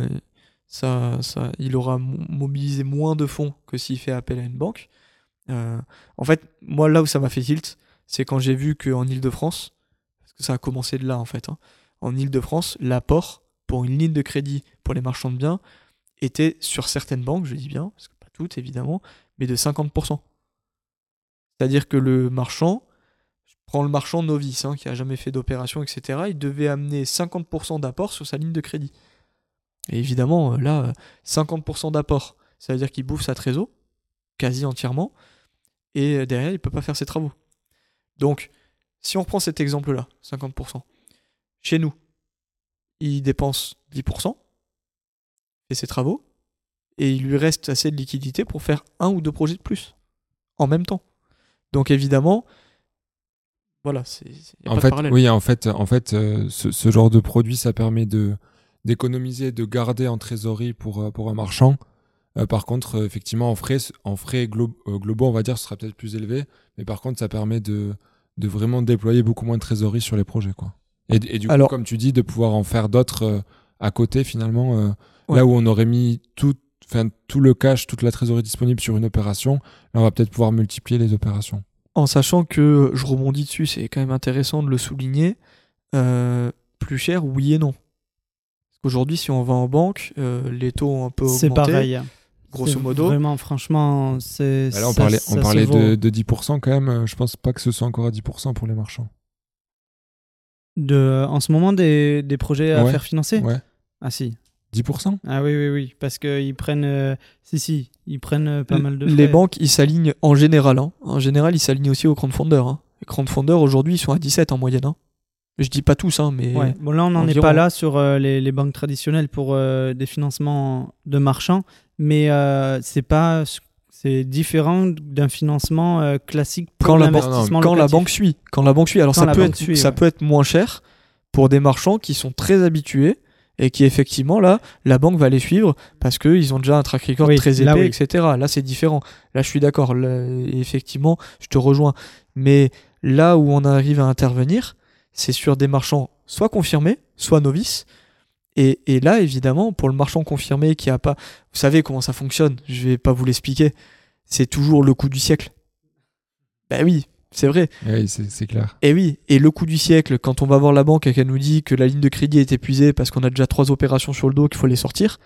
il aura mobilisé moins de fonds que s'il fait appel à une banque. En fait, moi, là où ça m'a fait tilt, c'est quand j'ai vu qu'en Ile-de-France, parce que ça a commencé de là en fait, en Ile-de-France, l'apport pour une ligne de crédit pour les marchands de biens était sur certaines banques, je dis bien, parce que pas toutes évidemment, mais de 50%. C'est-à-dire que le marchand, je prends le marchand novice, qui a jamais fait d'opération, etc., il devait amener 50% d'apport sur sa ligne de crédit. Et évidemment, là, 50% d'apport, ça veut dire qu'il bouffe sa trésor, quasi entièrement, et derrière, il ne peut pas faire ses travaux. Donc, si on reprend cet exemple-là, 50%, chez nous, il dépense 10%, fait ses travaux, et il lui reste assez de liquidité pour faire 1 ou 2 projets de plus, en même temps. Donc évidemment, voilà, y a pas de parallèle. Oui, en fait, ce genre de produit, ça permet d'économiser, de garder en trésorerie pour un marchand. Par contre, effectivement, en frais globaux, on va dire, ce sera peut-être plus élevé, mais par contre, ça permet de vraiment déployer beaucoup moins de trésorerie sur les projets, quoi. Et du coup, comme tu dis, de pouvoir en faire d'autres à côté, finalement, là où on aurait mis toute tout le cash, toute la trésorerie disponible sur une opération, là, on va peut-être pouvoir multiplier les opérations. En sachant que, je rebondis dessus, c'est quand même intéressant de le souligner, plus cher, oui et non. Parce qu'aujourd'hui, si on va en banque, les taux ont un peu augmenté. C'est pareil. Grosso modo. Vraiment, franchement, c'est. Là, on parlait de 10% quand même. Je pense pas que ce soit encore à 10% pour les marchands. En ce moment, des projets à faire financer. Ouais. Ah si. 10%? Ah oui. Parce qu'ils prennent. Ils prennent pas mal de frais. Les banques, ils s'alignent en général. Hein. En général, ils s'alignent aussi aux crowdfunders. Hein. Les crowdfunders, aujourd'hui, ils sont à 17 en moyenne. Hein. Je dis pas tous, hein, mais. Ouais. Bon, là, on n'en est pas là sur les banques traditionnelles pour des financements de marchands, mais c'est différent d'un financement classique pour l'investissement quand la locatif. banque suit. Quand la banque suit. Alors, ça peut être moins cher pour des marchands qui sont très habitués et qui, effectivement, là, la banque va les suivre parce qu'ils ont déjà un track record très épais, etc. Là, c'est différent. Là, je suis d'accord. Là, effectivement, je te rejoins. Mais là où on arrive à intervenir, c'est sur des marchands soit confirmés, soit novices. Et là, évidemment, pour le marchand confirmé qui a pas... Vous savez comment ça fonctionne, je vais pas vous l'expliquer. C'est toujours le coup du siècle. Ben oui, c'est vrai. Oui, c'est clair. Et oui, et le coup du siècle, quand on va voir la banque et qu'elle nous dit que la ligne de crédit est épuisée parce qu'on a déjà 3 opérations sur le dos, qu'il faut les sortir,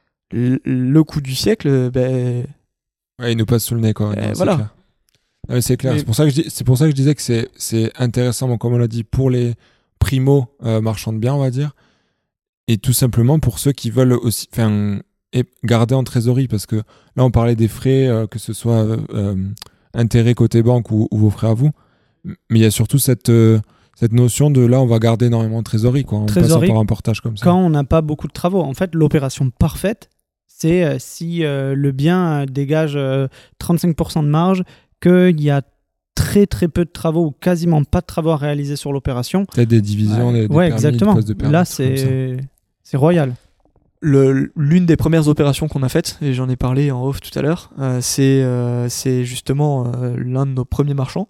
le coup du siècle, ben... Ouais, il nous passe sous le nez, quoi. Non, voilà. Clair. Ouais, c'est clair. Mais... C'est pour ça que je disais que c'est intéressant, bon, comme on l'a dit, pour les primo marchands de biens, on va dire, et tout simplement pour ceux qui veulent aussi garder en trésorerie, parce que là, on parlait des frais, que ce soit intérêt côté banque ou vos frais à vous, mais il y a surtout cette notion de là, on va garder énormément de trésorerie, quoi, en passant par un portage comme ça. Quand on n'a pas beaucoup de travaux. En fait, l'opération parfaite, c'est si le bien dégage 35% de marge, qu'il y a très très peu de travaux ou quasiment pas de travaux à réaliser sur l'opération. Peut-être des divisions, des permis, exactement. des postes de permis. Là, c'est royal. L'une des premières opérations qu'on a faites, et j'en ai parlé en off tout à l'heure, c'est justement l'un de nos premiers marchands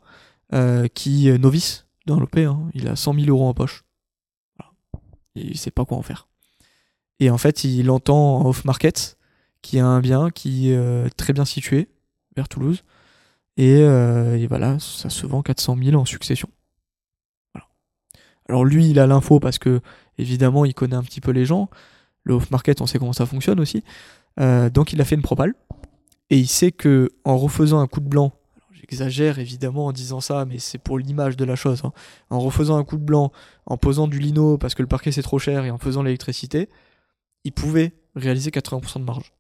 qui est novice dans l'OP. Hein. Il a 100 000 euros en poche. Voilà. Et il sait pas quoi en faire. Et en fait, il entend en off-market qu'il y a un bien qui est très bien situé vers Toulouse. Et voilà, ça se vend 400 000 en succession. Voilà. Alors lui, il a l'info parce que, évidemment, il connaît un petit peu les gens. Le off-market, on sait comment ça fonctionne aussi. Donc il a fait une propale. Et il sait que en refaisant un coup de blanc, alors j'exagère évidemment en disant ça, mais c'est pour l'image de la chose, hein. En refaisant un coup de blanc, en posant du lino parce que le parquet c'est trop cher et en faisant l'électricité, il pouvait réaliser 80% de marge.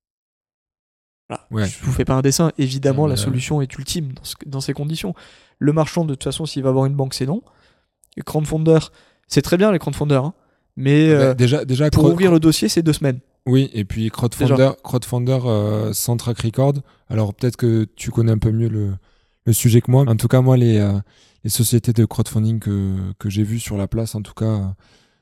Voilà. Ouais. Je vous fais pas un dessin, évidemment la solution est ultime dans ces conditions. Le marchand, de toute façon, s'il va avoir une banque, c'est non. Les crowdfunders, c'est très bien les crowdfunders, hein, mais déjà, pour ouvrir le dossier, c'est 2 semaines. Oui, et puis crowdfunder sans track record. Alors peut-être que tu connais un peu mieux le sujet que moi. En tout cas, moi, les sociétés de crowdfunding que j'ai vues sur la place, en tout cas,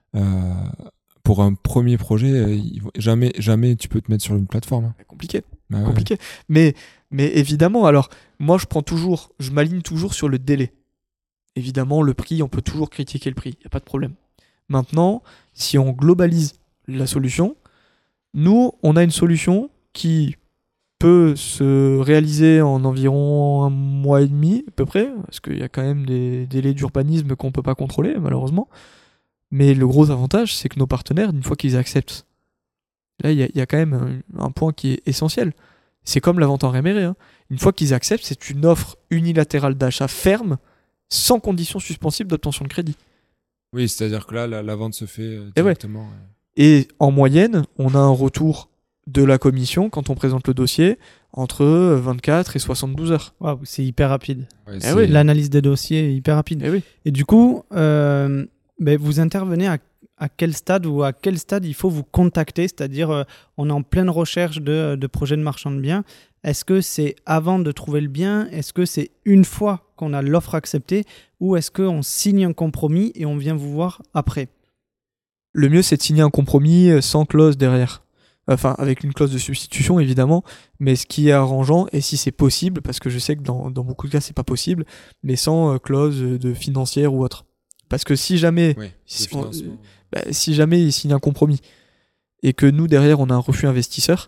pour un premier projet, jamais tu peux te mettre sur une plateforme. Hein. Compliqué. Bah, compliqué. Ouais. Mais évidemment, alors moi je m'aligne toujours sur le délai. Évidemment, le prix, on peut toujours critiquer le prix, il n'y a pas de problème. Maintenant, si on globalise la solution, nous, on a une solution qui peut se réaliser en environ 1 mois et demi, à peu près, parce qu'il y a quand même des délais d'urbanisme qu'on ne peut pas contrôler, malheureusement. Mais le gros avantage, c'est que nos partenaires, une fois qu'ils acceptent, là, il y a quand même un point qui est essentiel. C'est comme la vente en réméré. Hein. Une fois qu'ils acceptent, c'est une offre unilatérale d'achat ferme, sans condition suspensible d'obtention de crédit. Oui, c'est-à-dire que là, la vente se fait directement. Et en moyenne, on a un retour de la commission, quand on présente le dossier, entre 24 et 72 heures. Wow, c'est hyper rapide. Ouais, L'analyse des dossiers est hyper rapide. Et du coup, vous intervenez à quel stade ou à quel stade il faut vous contacter, c'est-à-dire on est en pleine recherche de projets de marchand de biens. Est-ce que c'est avant de trouver le bien? Est-ce que c'est une fois qu'on a l'offre acceptée? Ou est-ce qu'on signe un compromis et on vient vous voir après? Le mieux, c'est de signer un compromis sans clause derrière. Enfin, avec une clause de substitution, évidemment, mais ce qui est arrangeant, et si c'est possible, parce que je sais que dans beaucoup de cas, c'est pas possible, mais sans clause de financière ou autre. Parce que si jamais, si jamais il signe un compromis, et que nous, derrière, on a un refus investisseur,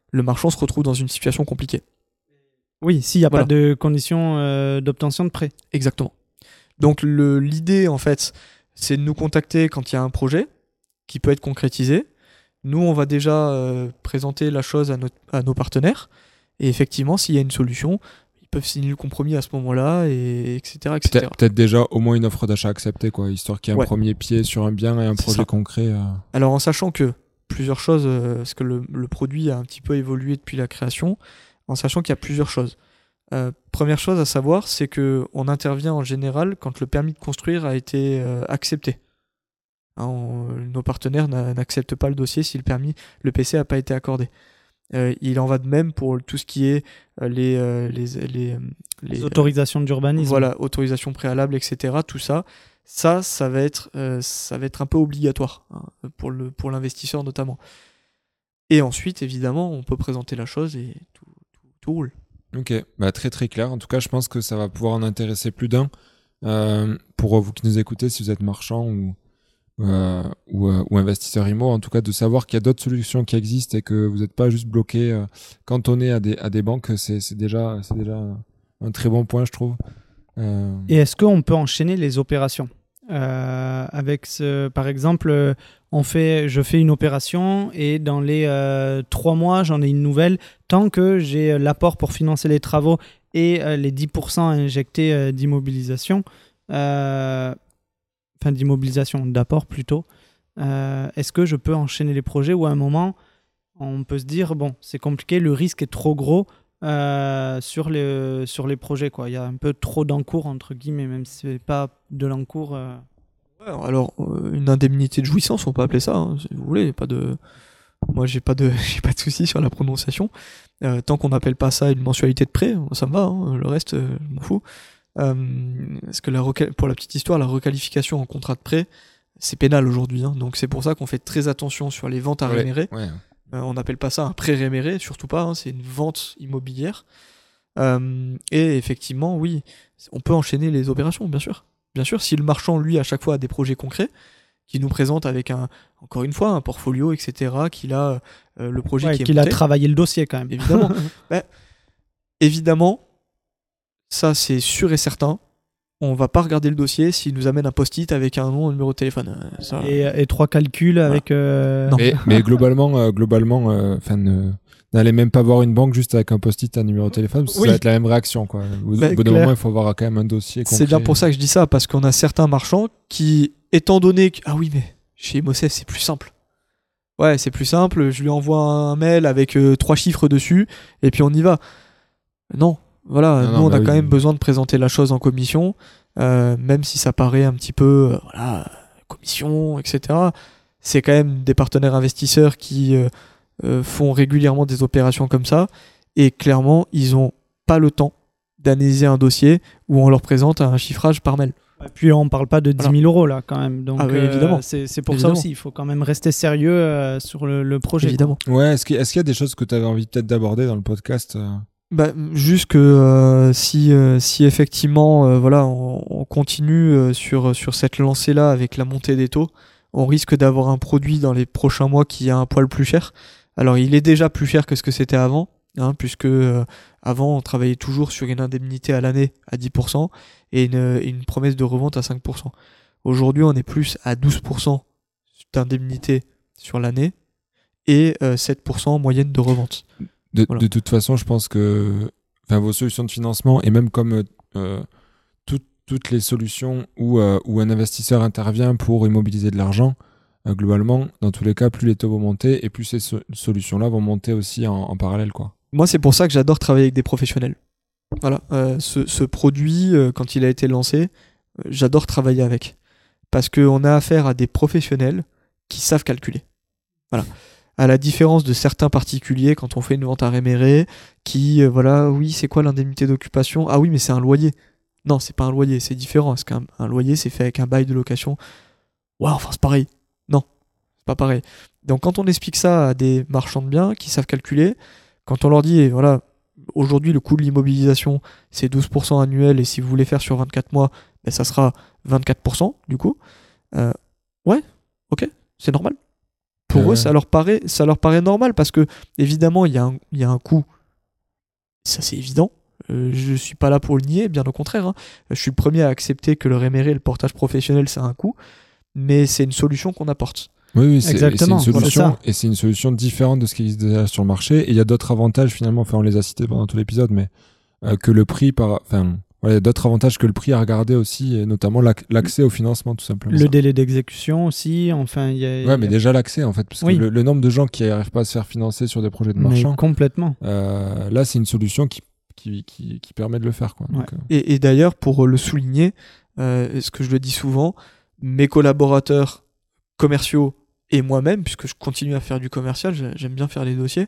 le marchand se retrouve dans une situation compliquée. Oui, s'il n'y a Voilà. pas de conditions d'obtention de prêt. Exactement. Donc l'idée, en fait, c'est de nous contacter quand il y a un projet qui peut être concrétisé. Nous, on va déjà présenter la chose à nos partenaires. Et effectivement, s'il y a une solution, ils peuvent signer le compromis à ce moment-là, et etc. etc. Peut-être déjà au moins une offre d'achat acceptée, quoi, histoire qu'il y ait un Ouais. premier pied sur un bien et un C'est projet ça. concret. Alors en sachant que plusieurs choses, parce que le produit a un petit peu évolué depuis la création, en sachant qu'il y a plusieurs choses. Première chose à savoir, c'est qu'on intervient en général quand le permis de construire a été accepté. Nos partenaires n'acceptent pas le dossier si le PC n'a pas été accordé. Il en va de même pour tout ce qui est Les autorisations d'urbanisme. voilà, autorisation préalable, etc. Tout ça, ça va être un peu obligatoire, hein, pour l'investisseur notamment. Et ensuite, évidemment, on peut présenter la chose et tout roule. Ok, bah, très très clair. En tout cas, je pense que ça va pouvoir en intéresser plus d'un. Pour vous qui nous écoutez, si vous êtes marchand ou investisseur IMO, en tout cas de savoir qu'il y a d'autres solutions qui existent et que vous n'êtes pas juste bloqué, cantonné à des banques, c'est déjà un très bon point, je trouve. Et est-ce qu'on peut enchaîner les opérations par exemple, je fais une opération et dans les 3 mois, j'en ai une nouvelle. Tant que j'ai l'apport pour financer les travaux et les 10% injectés d'immobilisation, d'apport plutôt, est-ce que je peux enchaîner les projets ou à un moment, on peut se dire, bon, c'est compliqué, le risque est trop gros sur les projets, quoi. Il y a un peu trop d'encours, entre guillemets, même si c'est pas de l'encours. Ouais, alors, une indemnité de jouissance, on peut appeler ça, hein, si vous voulez. Moi, j'ai pas de souci sur la prononciation. Tant qu'on n'appelle pas ça une mensualité de prêt, ça me va, hein, le reste, je m'en fous. Parce que pour la petite histoire, la requalification en contrat de prêt, c'est pénal aujourd'hui, hein, donc c'est pour ça qu'on fait très attention sur les ventes à rémunérer. Ouais. On n'appelle pas ça un prêt réméré, surtout pas, hein, c'est une vente immobilière. Et effectivement, oui, on peut enchaîner les opérations, bien sûr. Bien sûr, si le marchand, lui, à chaque fois a des projets concrets, qui nous présente avec encore une fois, un portfolio, etc., qu'il a le projet qui est qu'il a monté, travaillé le dossier quand même. évidemment. Évidemment, ça c'est sûr et certain. On va pas regarder le dossier s'il nous amène un post-it avec un nom, un numéro de téléphone. Ça... Et 3 calculs avec. Non. Mais globalement, n'allez même pas voir une banque juste avec un post-it, un numéro de téléphone, parce que ça va être la même réaction, quoi. Au bout d'un moment, il faut avoir quand même un dossier concret. C'est bien pour ça que je dis ça, parce qu'on a certains marchands qui, étant donné que, ah oui, mais chez Imosef, c'est plus simple. Ouais, c'est plus simple, je lui envoie un mail avec 3 chiffres dessus, et puis on y va. Non, voilà, nous on a quand même besoin de présenter la chose en commission, même si ça paraît un petit peu, commission, etc. C'est quand même des partenaires investisseurs qui font régulièrement des opérations comme ça, et clairement, ils ont pas le temps d'analyser un dossier où on leur présente un chiffrage par mail. Et puis on parle pas de 10 000 euros là quand même, donc oui, évidemment. C'est pour Évidemment. ça aussi, il faut quand même rester sérieux sur le projet. Évidemment. Ouais, est-ce qu'il y a des choses que tu avais envie peut-être d'aborder dans le podcast Juste que si effectivement on continue sur cette lancée-là avec la montée des taux, on risque d'avoir un produit dans les prochains mois qui est un poil plus cher. Alors il est déjà plus cher que ce que c'était avant, hein, puisque avant on travaillait toujours sur une indemnité à l'année à 10% et une promesse de revente à 5%. Aujourd'hui on est plus à 12% d'indemnité sur l'année et 7% en moyenne de revente. De toute façon, je pense que vos solutions de financement, et même comme toutes les solutions où un investisseur intervient pour immobiliser de l'argent, globalement, dans tous les cas, plus les taux vont monter et plus ces solutions-là vont monter aussi en parallèle, quoi. Moi, c'est pour ça que j'adore travailler avec des professionnels. Voilà, ce produit, quand il a été lancé, j'adore travailler avec. Parce qu'on a affaire à des professionnels qui savent calculer. Voilà. À la différence de certains particuliers, quand on fait une vente à réméré, qui, oui, c'est quoi l'indemnité d'occupation ? Ah oui, mais c'est un loyer. Non, c'est pas un loyer, c'est différent. Parce qu'un loyer, c'est fait avec un bail de location. Ouais, enfin, c'est pareil. Non, c'est pas pareil. Donc, quand on explique ça à des marchands de biens qui savent calculer, quand on leur dit, aujourd'hui, le coût de l'immobilisation, c'est 12% annuel, et si vous voulez faire sur 24 mois, ça sera 24%, du coup. Ouais, ok, c'est normal. pour eux, ça leur paraît normal parce que, évidemment, il y a un coût. Ça, c'est évident. Je suis pas là pour le nier, bien au contraire. Hein. Je suis le premier à accepter que le réméré, le portage professionnel, ça a un coût, mais c'est une solution qu'on apporte. Oui, c'est Exactement, une solution, voilà. et c'est une solution différente de ce qui existe déjà sur le marché. Et il y a d'autres avantages, finalement, enfin, on les a cités pendant tout l'épisode, mais que le prix, il y a d'autres avantages que le prix à regarder aussi, et notamment l'accès au financement, tout simplement. Le délai d'exécution aussi, enfin, Ouais, mais déjà l'accès, en fait, parce que le nombre de gens qui n'arrivent pas à se faire financer sur des projets de marchand, complètement. Là, c'est une solution qui permet de le faire, quoi. Ouais. Donc, Et d'ailleurs, pour le souligner, ce que je le dis souvent, mes collaborateurs commerciaux et moi-même, puisque je continue à faire du commercial, j'aime bien faire les dossiers,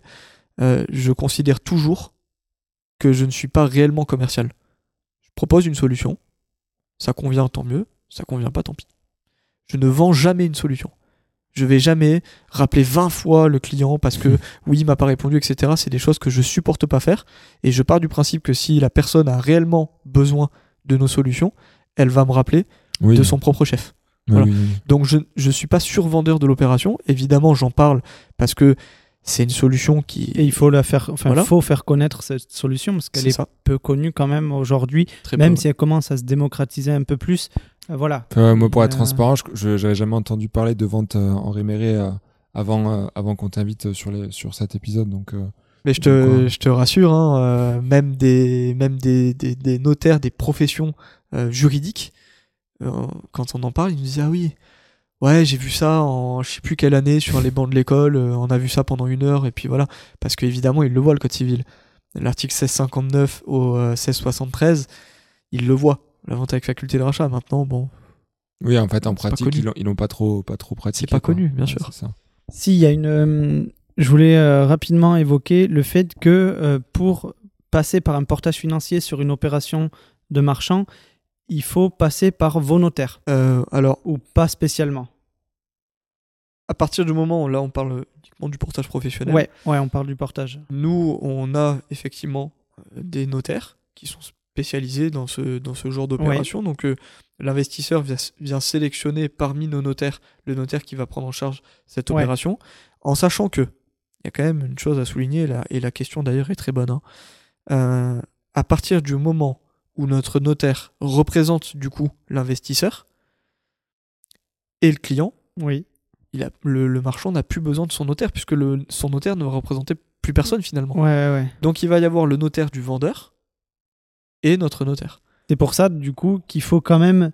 je considère toujours que je ne suis pas réellement commercial. Je propose une solution, ça convient, tant mieux, ça convient pas, tant pis. Je ne vends jamais une solution. Je vais jamais rappeler 20 fois le client parce que oui, il m'a pas répondu, etc. C'est des choses que je supporte pas faire. Et je pars du principe que si la personne a réellement besoin de nos solutions, elle va me rappeler de son propre chef. Voilà. Oui. Donc je suis pas survendeur de l'opération. Évidemment, j'en parle parce que c'est une solution qui... Et il faut faut faire connaître cette solution parce qu'elle est peu connue quand même aujourd'hui, même si elle commence à se démocratiser un peu plus. Voilà. Moi, pour être transparent, je n'avais jamais entendu parler de vente en réméré avant qu'on t'invite sur cet épisode. Donc, mais je te rassure, hein, même des notaires, des professions juridiques, quand on en parle, ils nous disent « Ah oui, ouais, j'ai vu ça en je sais plus quelle année sur les bancs de l'école, on a vu ça pendant 1 heure, et puis voilà. » Parce qu'évidemment, ils le voient, le Code civil. L'article 1659 au 1673, ils le voient. La vente avec faculté de rachat, maintenant, bon... Oui, en fait, en pratique, ils l'ont pas trop pratiqué. C'est pas connu, bien sûr. C'est ça. Si, il y a une... je voulais rapidement évoquer le fait que pour passer par un portage financier sur une opération de marchand, il faut passer par vos notaires. Ou pas spécialement. À partir du moment où là on parle uniquement du portage professionnel. Ouais, on parle du portage. Nous, on a effectivement des notaires qui sont spécialisés dans ce genre d'opération. Ouais. Donc l'investisseur vient sélectionner parmi nos notaires le notaire qui va prendre en charge cette opération, en sachant que il y a quand même une chose à souligner là, et la question d'ailleurs est très bonne. Hein. À partir du moment où notre notaire représente du coup l'investisseur et le client, oui. Le marchand n'a plus besoin de son notaire puisque son notaire ne va représenter plus personne finalement. Ouais. Donc il va y avoir le notaire du vendeur et notre notaire. C'est pour ça du coup qu'il faut quand même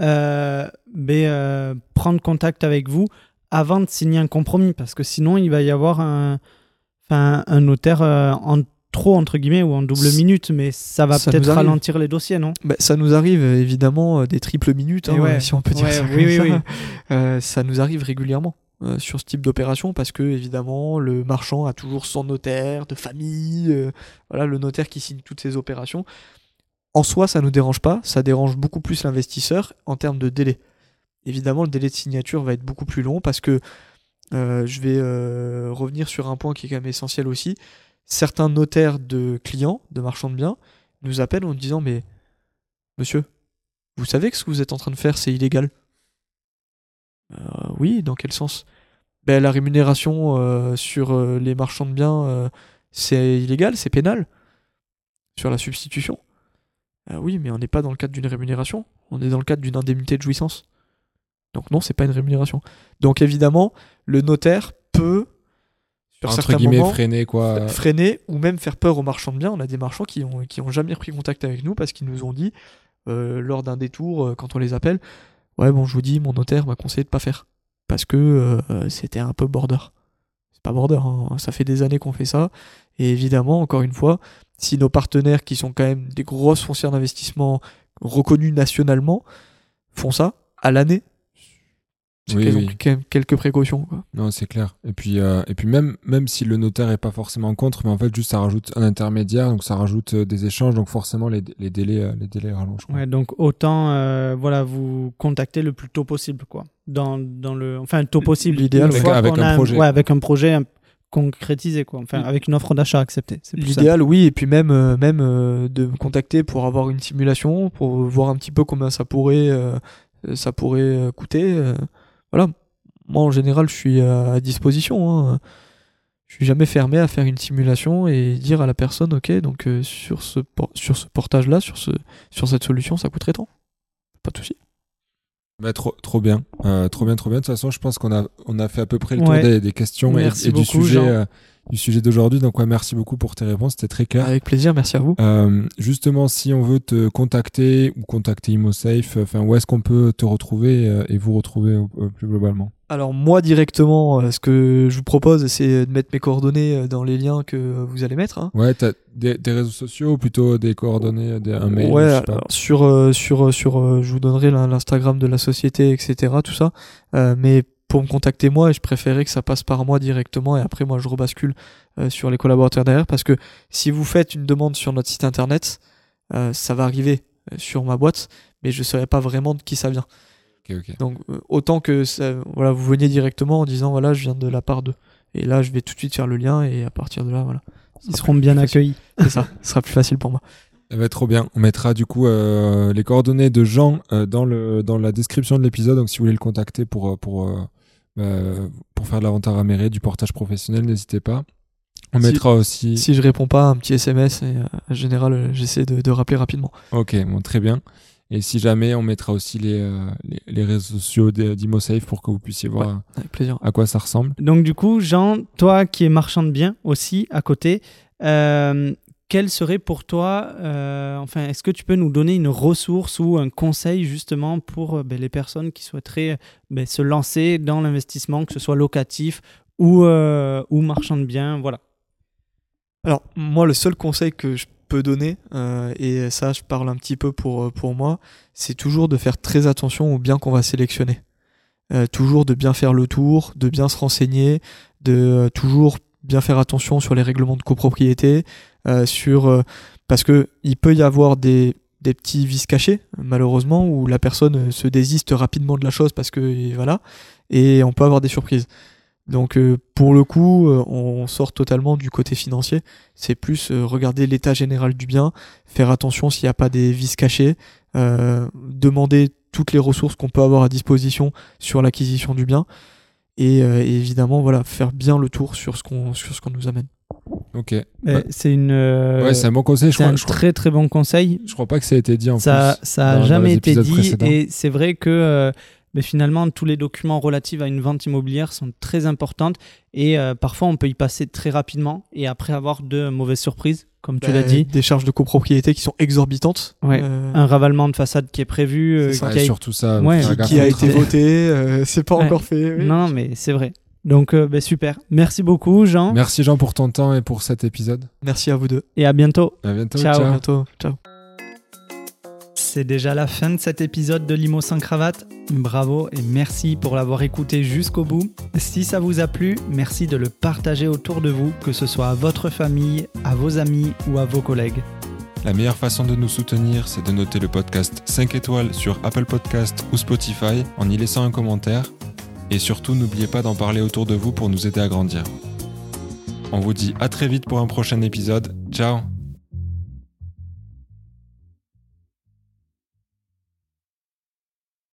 prendre contact avec vous avant de signer un compromis parce que sinon il va y avoir un notaire en trop entre guillemets ou en double minute, mais ça va peut-être ralentir les dossiers, non ? Ça nous arrive évidemment des triples minutes, si on peut dire ça. Oui. Ça nous arrive régulièrement sur ce type d'opération parce que évidemment le marchand a toujours son notaire de famille, le notaire qui signe toutes ces opérations. En soi, ça nous dérange pas, ça dérange beaucoup plus l'investisseur en termes de délai. Évidemment, le délai de signature va être beaucoup plus long parce que je vais revenir sur un point qui est quand même essentiel aussi. Certains notaires de clients, de marchands de biens, nous appellent en nous disant « Mais monsieur, vous savez que ce que vous êtes en train de faire, c'est illégal ?» Oui, dans quel sens ? La rémunération sur les marchands de biens, c'est illégal, c'est pénal. Sur la substitution. Oui, mais on n'est pas dans le cadre d'une rémunération, on est dans le cadre d'une indemnité de jouissance. Donc non, c'est pas une rémunération. Donc évidemment, le notaire peut... entre guillemets, freiner ou même faire peur aux marchands de biens. On a des marchands qui ont jamais repris contact avec nous parce qu'ils nous ont dit lors d'un détour quand on les appelle je vous dis, mon notaire m'a conseillé de pas faire parce que c'était un peu border. C'est pas border, hein. Ça fait des années qu'on fait ça et évidemment, encore une fois, si nos partenaires qui sont quand même des grosses foncières d'investissement reconnues nationalement font ça à l'année, ont quand même quelques précautions, quoi. Non, c'est clair. Et puis même si le notaire est pas forcément contre, mais en fait juste ça rajoute un intermédiaire, donc ça rajoute des échanges, donc forcément les délais rallongent. Ouais, donc autant vous contacter le plus tôt possible, quoi. Dans le tôt possible. L'idéal avec un projet. Avec un projet concrétisé, quoi. Avec une offre d'achat acceptée. C'est l'idéal, oui. Et puis même de me contacter pour avoir une simulation, pour voir un petit peu combien ça pourrait coûter. Voilà, moi en général je suis à disposition, hein. Je suis jamais fermé à faire une simulation et dire à la personne ok, donc sur ce portage là, sur cette solution ça coûterait tant, pas de souci. Bah, trop bien. Trop bien. De toute façon, je pense qu'on a fait à peu près le tour des questions et du sujet d'aujourd'hui. Donc, merci beaucoup pour tes réponses. C'était très clair. Avec plaisir. Merci à vous. Justement, si on veut te contacter ou contacter ImoSafe, où est-ce qu'on peut te retrouver et vous retrouver plus globalement? Alors moi directement, ce que je vous propose, c'est de mettre mes coordonnées dans les liens que vous allez mettre. Hein. Ouais, t'as des réseaux sociaux ou plutôt des coordonnées, un mail? Ouais, alors, je vous donnerai l'Instagram de la société, etc. Tout ça. Mais pour me contacter moi, je préférais que ça passe par moi directement et après moi je rebascule sur les collaborateurs derrière parce que si vous faites une demande sur notre site internet, ça va arriver sur ma boîte, mais je ne saurais pas vraiment de qui ça vient. Okay. Donc autant que vous veniez directement en disant voilà je viens de la part d'eux et là je vais tout de suite faire le lien et à partir de là voilà ils seront bien accueillis. C'est ça, ce sera plus facile pour moi. Trop bien, on mettra du coup les coordonnées de Jean dans la description de l'épisode, donc si vous voulez le contacter pour faire de l'inventaire améré, du portage professionnel, n'hésitez pas. On mettra aussi... Si je réponds pas, un petit SMS et en général j'essaie de rappeler rapidement. Ok, bon, très bien. Et si jamais, on mettra aussi les réseaux sociaux d'ImoSafe pour que vous puissiez voir avec plaisir. À quoi ça ressemble. Donc du coup, Jean, toi qui es marchand de biens aussi à côté, quel serait pour toi, est-ce que tu peux nous donner une ressource ou un conseil justement pour les personnes qui souhaiteraient se lancer dans l'investissement, que ce soit locatif ou marchand de biens, voilà. Alors moi, le seul conseil que je peux donner, et ça je parle un petit peu pour moi, c'est toujours de faire très attention aux biens qu'on va sélectionner. Toujours de bien faire le tour, de bien se renseigner, de toujours bien faire attention sur les règlements de copropriété, parce que il peut y avoir des petits vices cachés, malheureusement, où la personne se désiste rapidement de la chose parce que voilà, et on peut avoir des surprises. Donc pour le coup, on sort totalement du côté financier. C'est plus regarder l'état général du bien, faire attention s'il n'y a pas des vices cachés, demander toutes les ressources qu'on peut avoir à disposition sur l'acquisition du bien, et évidemment faire bien le tour sur ce qu'on nous amène. Ok. C'est un bon conseil. Très très bon conseil. Je crois pas que ça a été dit en plus. Ça a jamais été dit précédents. Et c'est vrai que mais finalement, tous les documents relatifs à une vente immobilière sont très importants et parfois on peut y passer très rapidement et après avoir de mauvaises surprises, comme tu l'as dit. Des charges de copropriété qui sont exorbitantes. Ouais. Un ravalement de façade qui est prévu. Surtout ça. Qui a été voté, c'est pas encore fait. Oui. Non, mais c'est vrai. Donc super. Merci beaucoup, Jean. Merci, Jean, pour ton temps et pour cet épisode. Merci à vous deux. Et à bientôt. À bientôt. Ciao. À bientôt. Ciao. C'est déjà la fin de cet épisode de Limo sans cravate. Bravo et merci pour l'avoir écouté jusqu'au bout. Si ça vous a plu, merci de le partager autour de vous, que ce soit à votre famille, à vos amis ou à vos collègues. La meilleure façon de nous soutenir, c'est de noter le podcast 5 étoiles sur Apple Podcast ou Spotify en y laissant un commentaire. Et surtout, n'oubliez pas d'en parler autour de vous pour nous aider à grandir. On vous dit à très vite pour un prochain épisode. Ciao!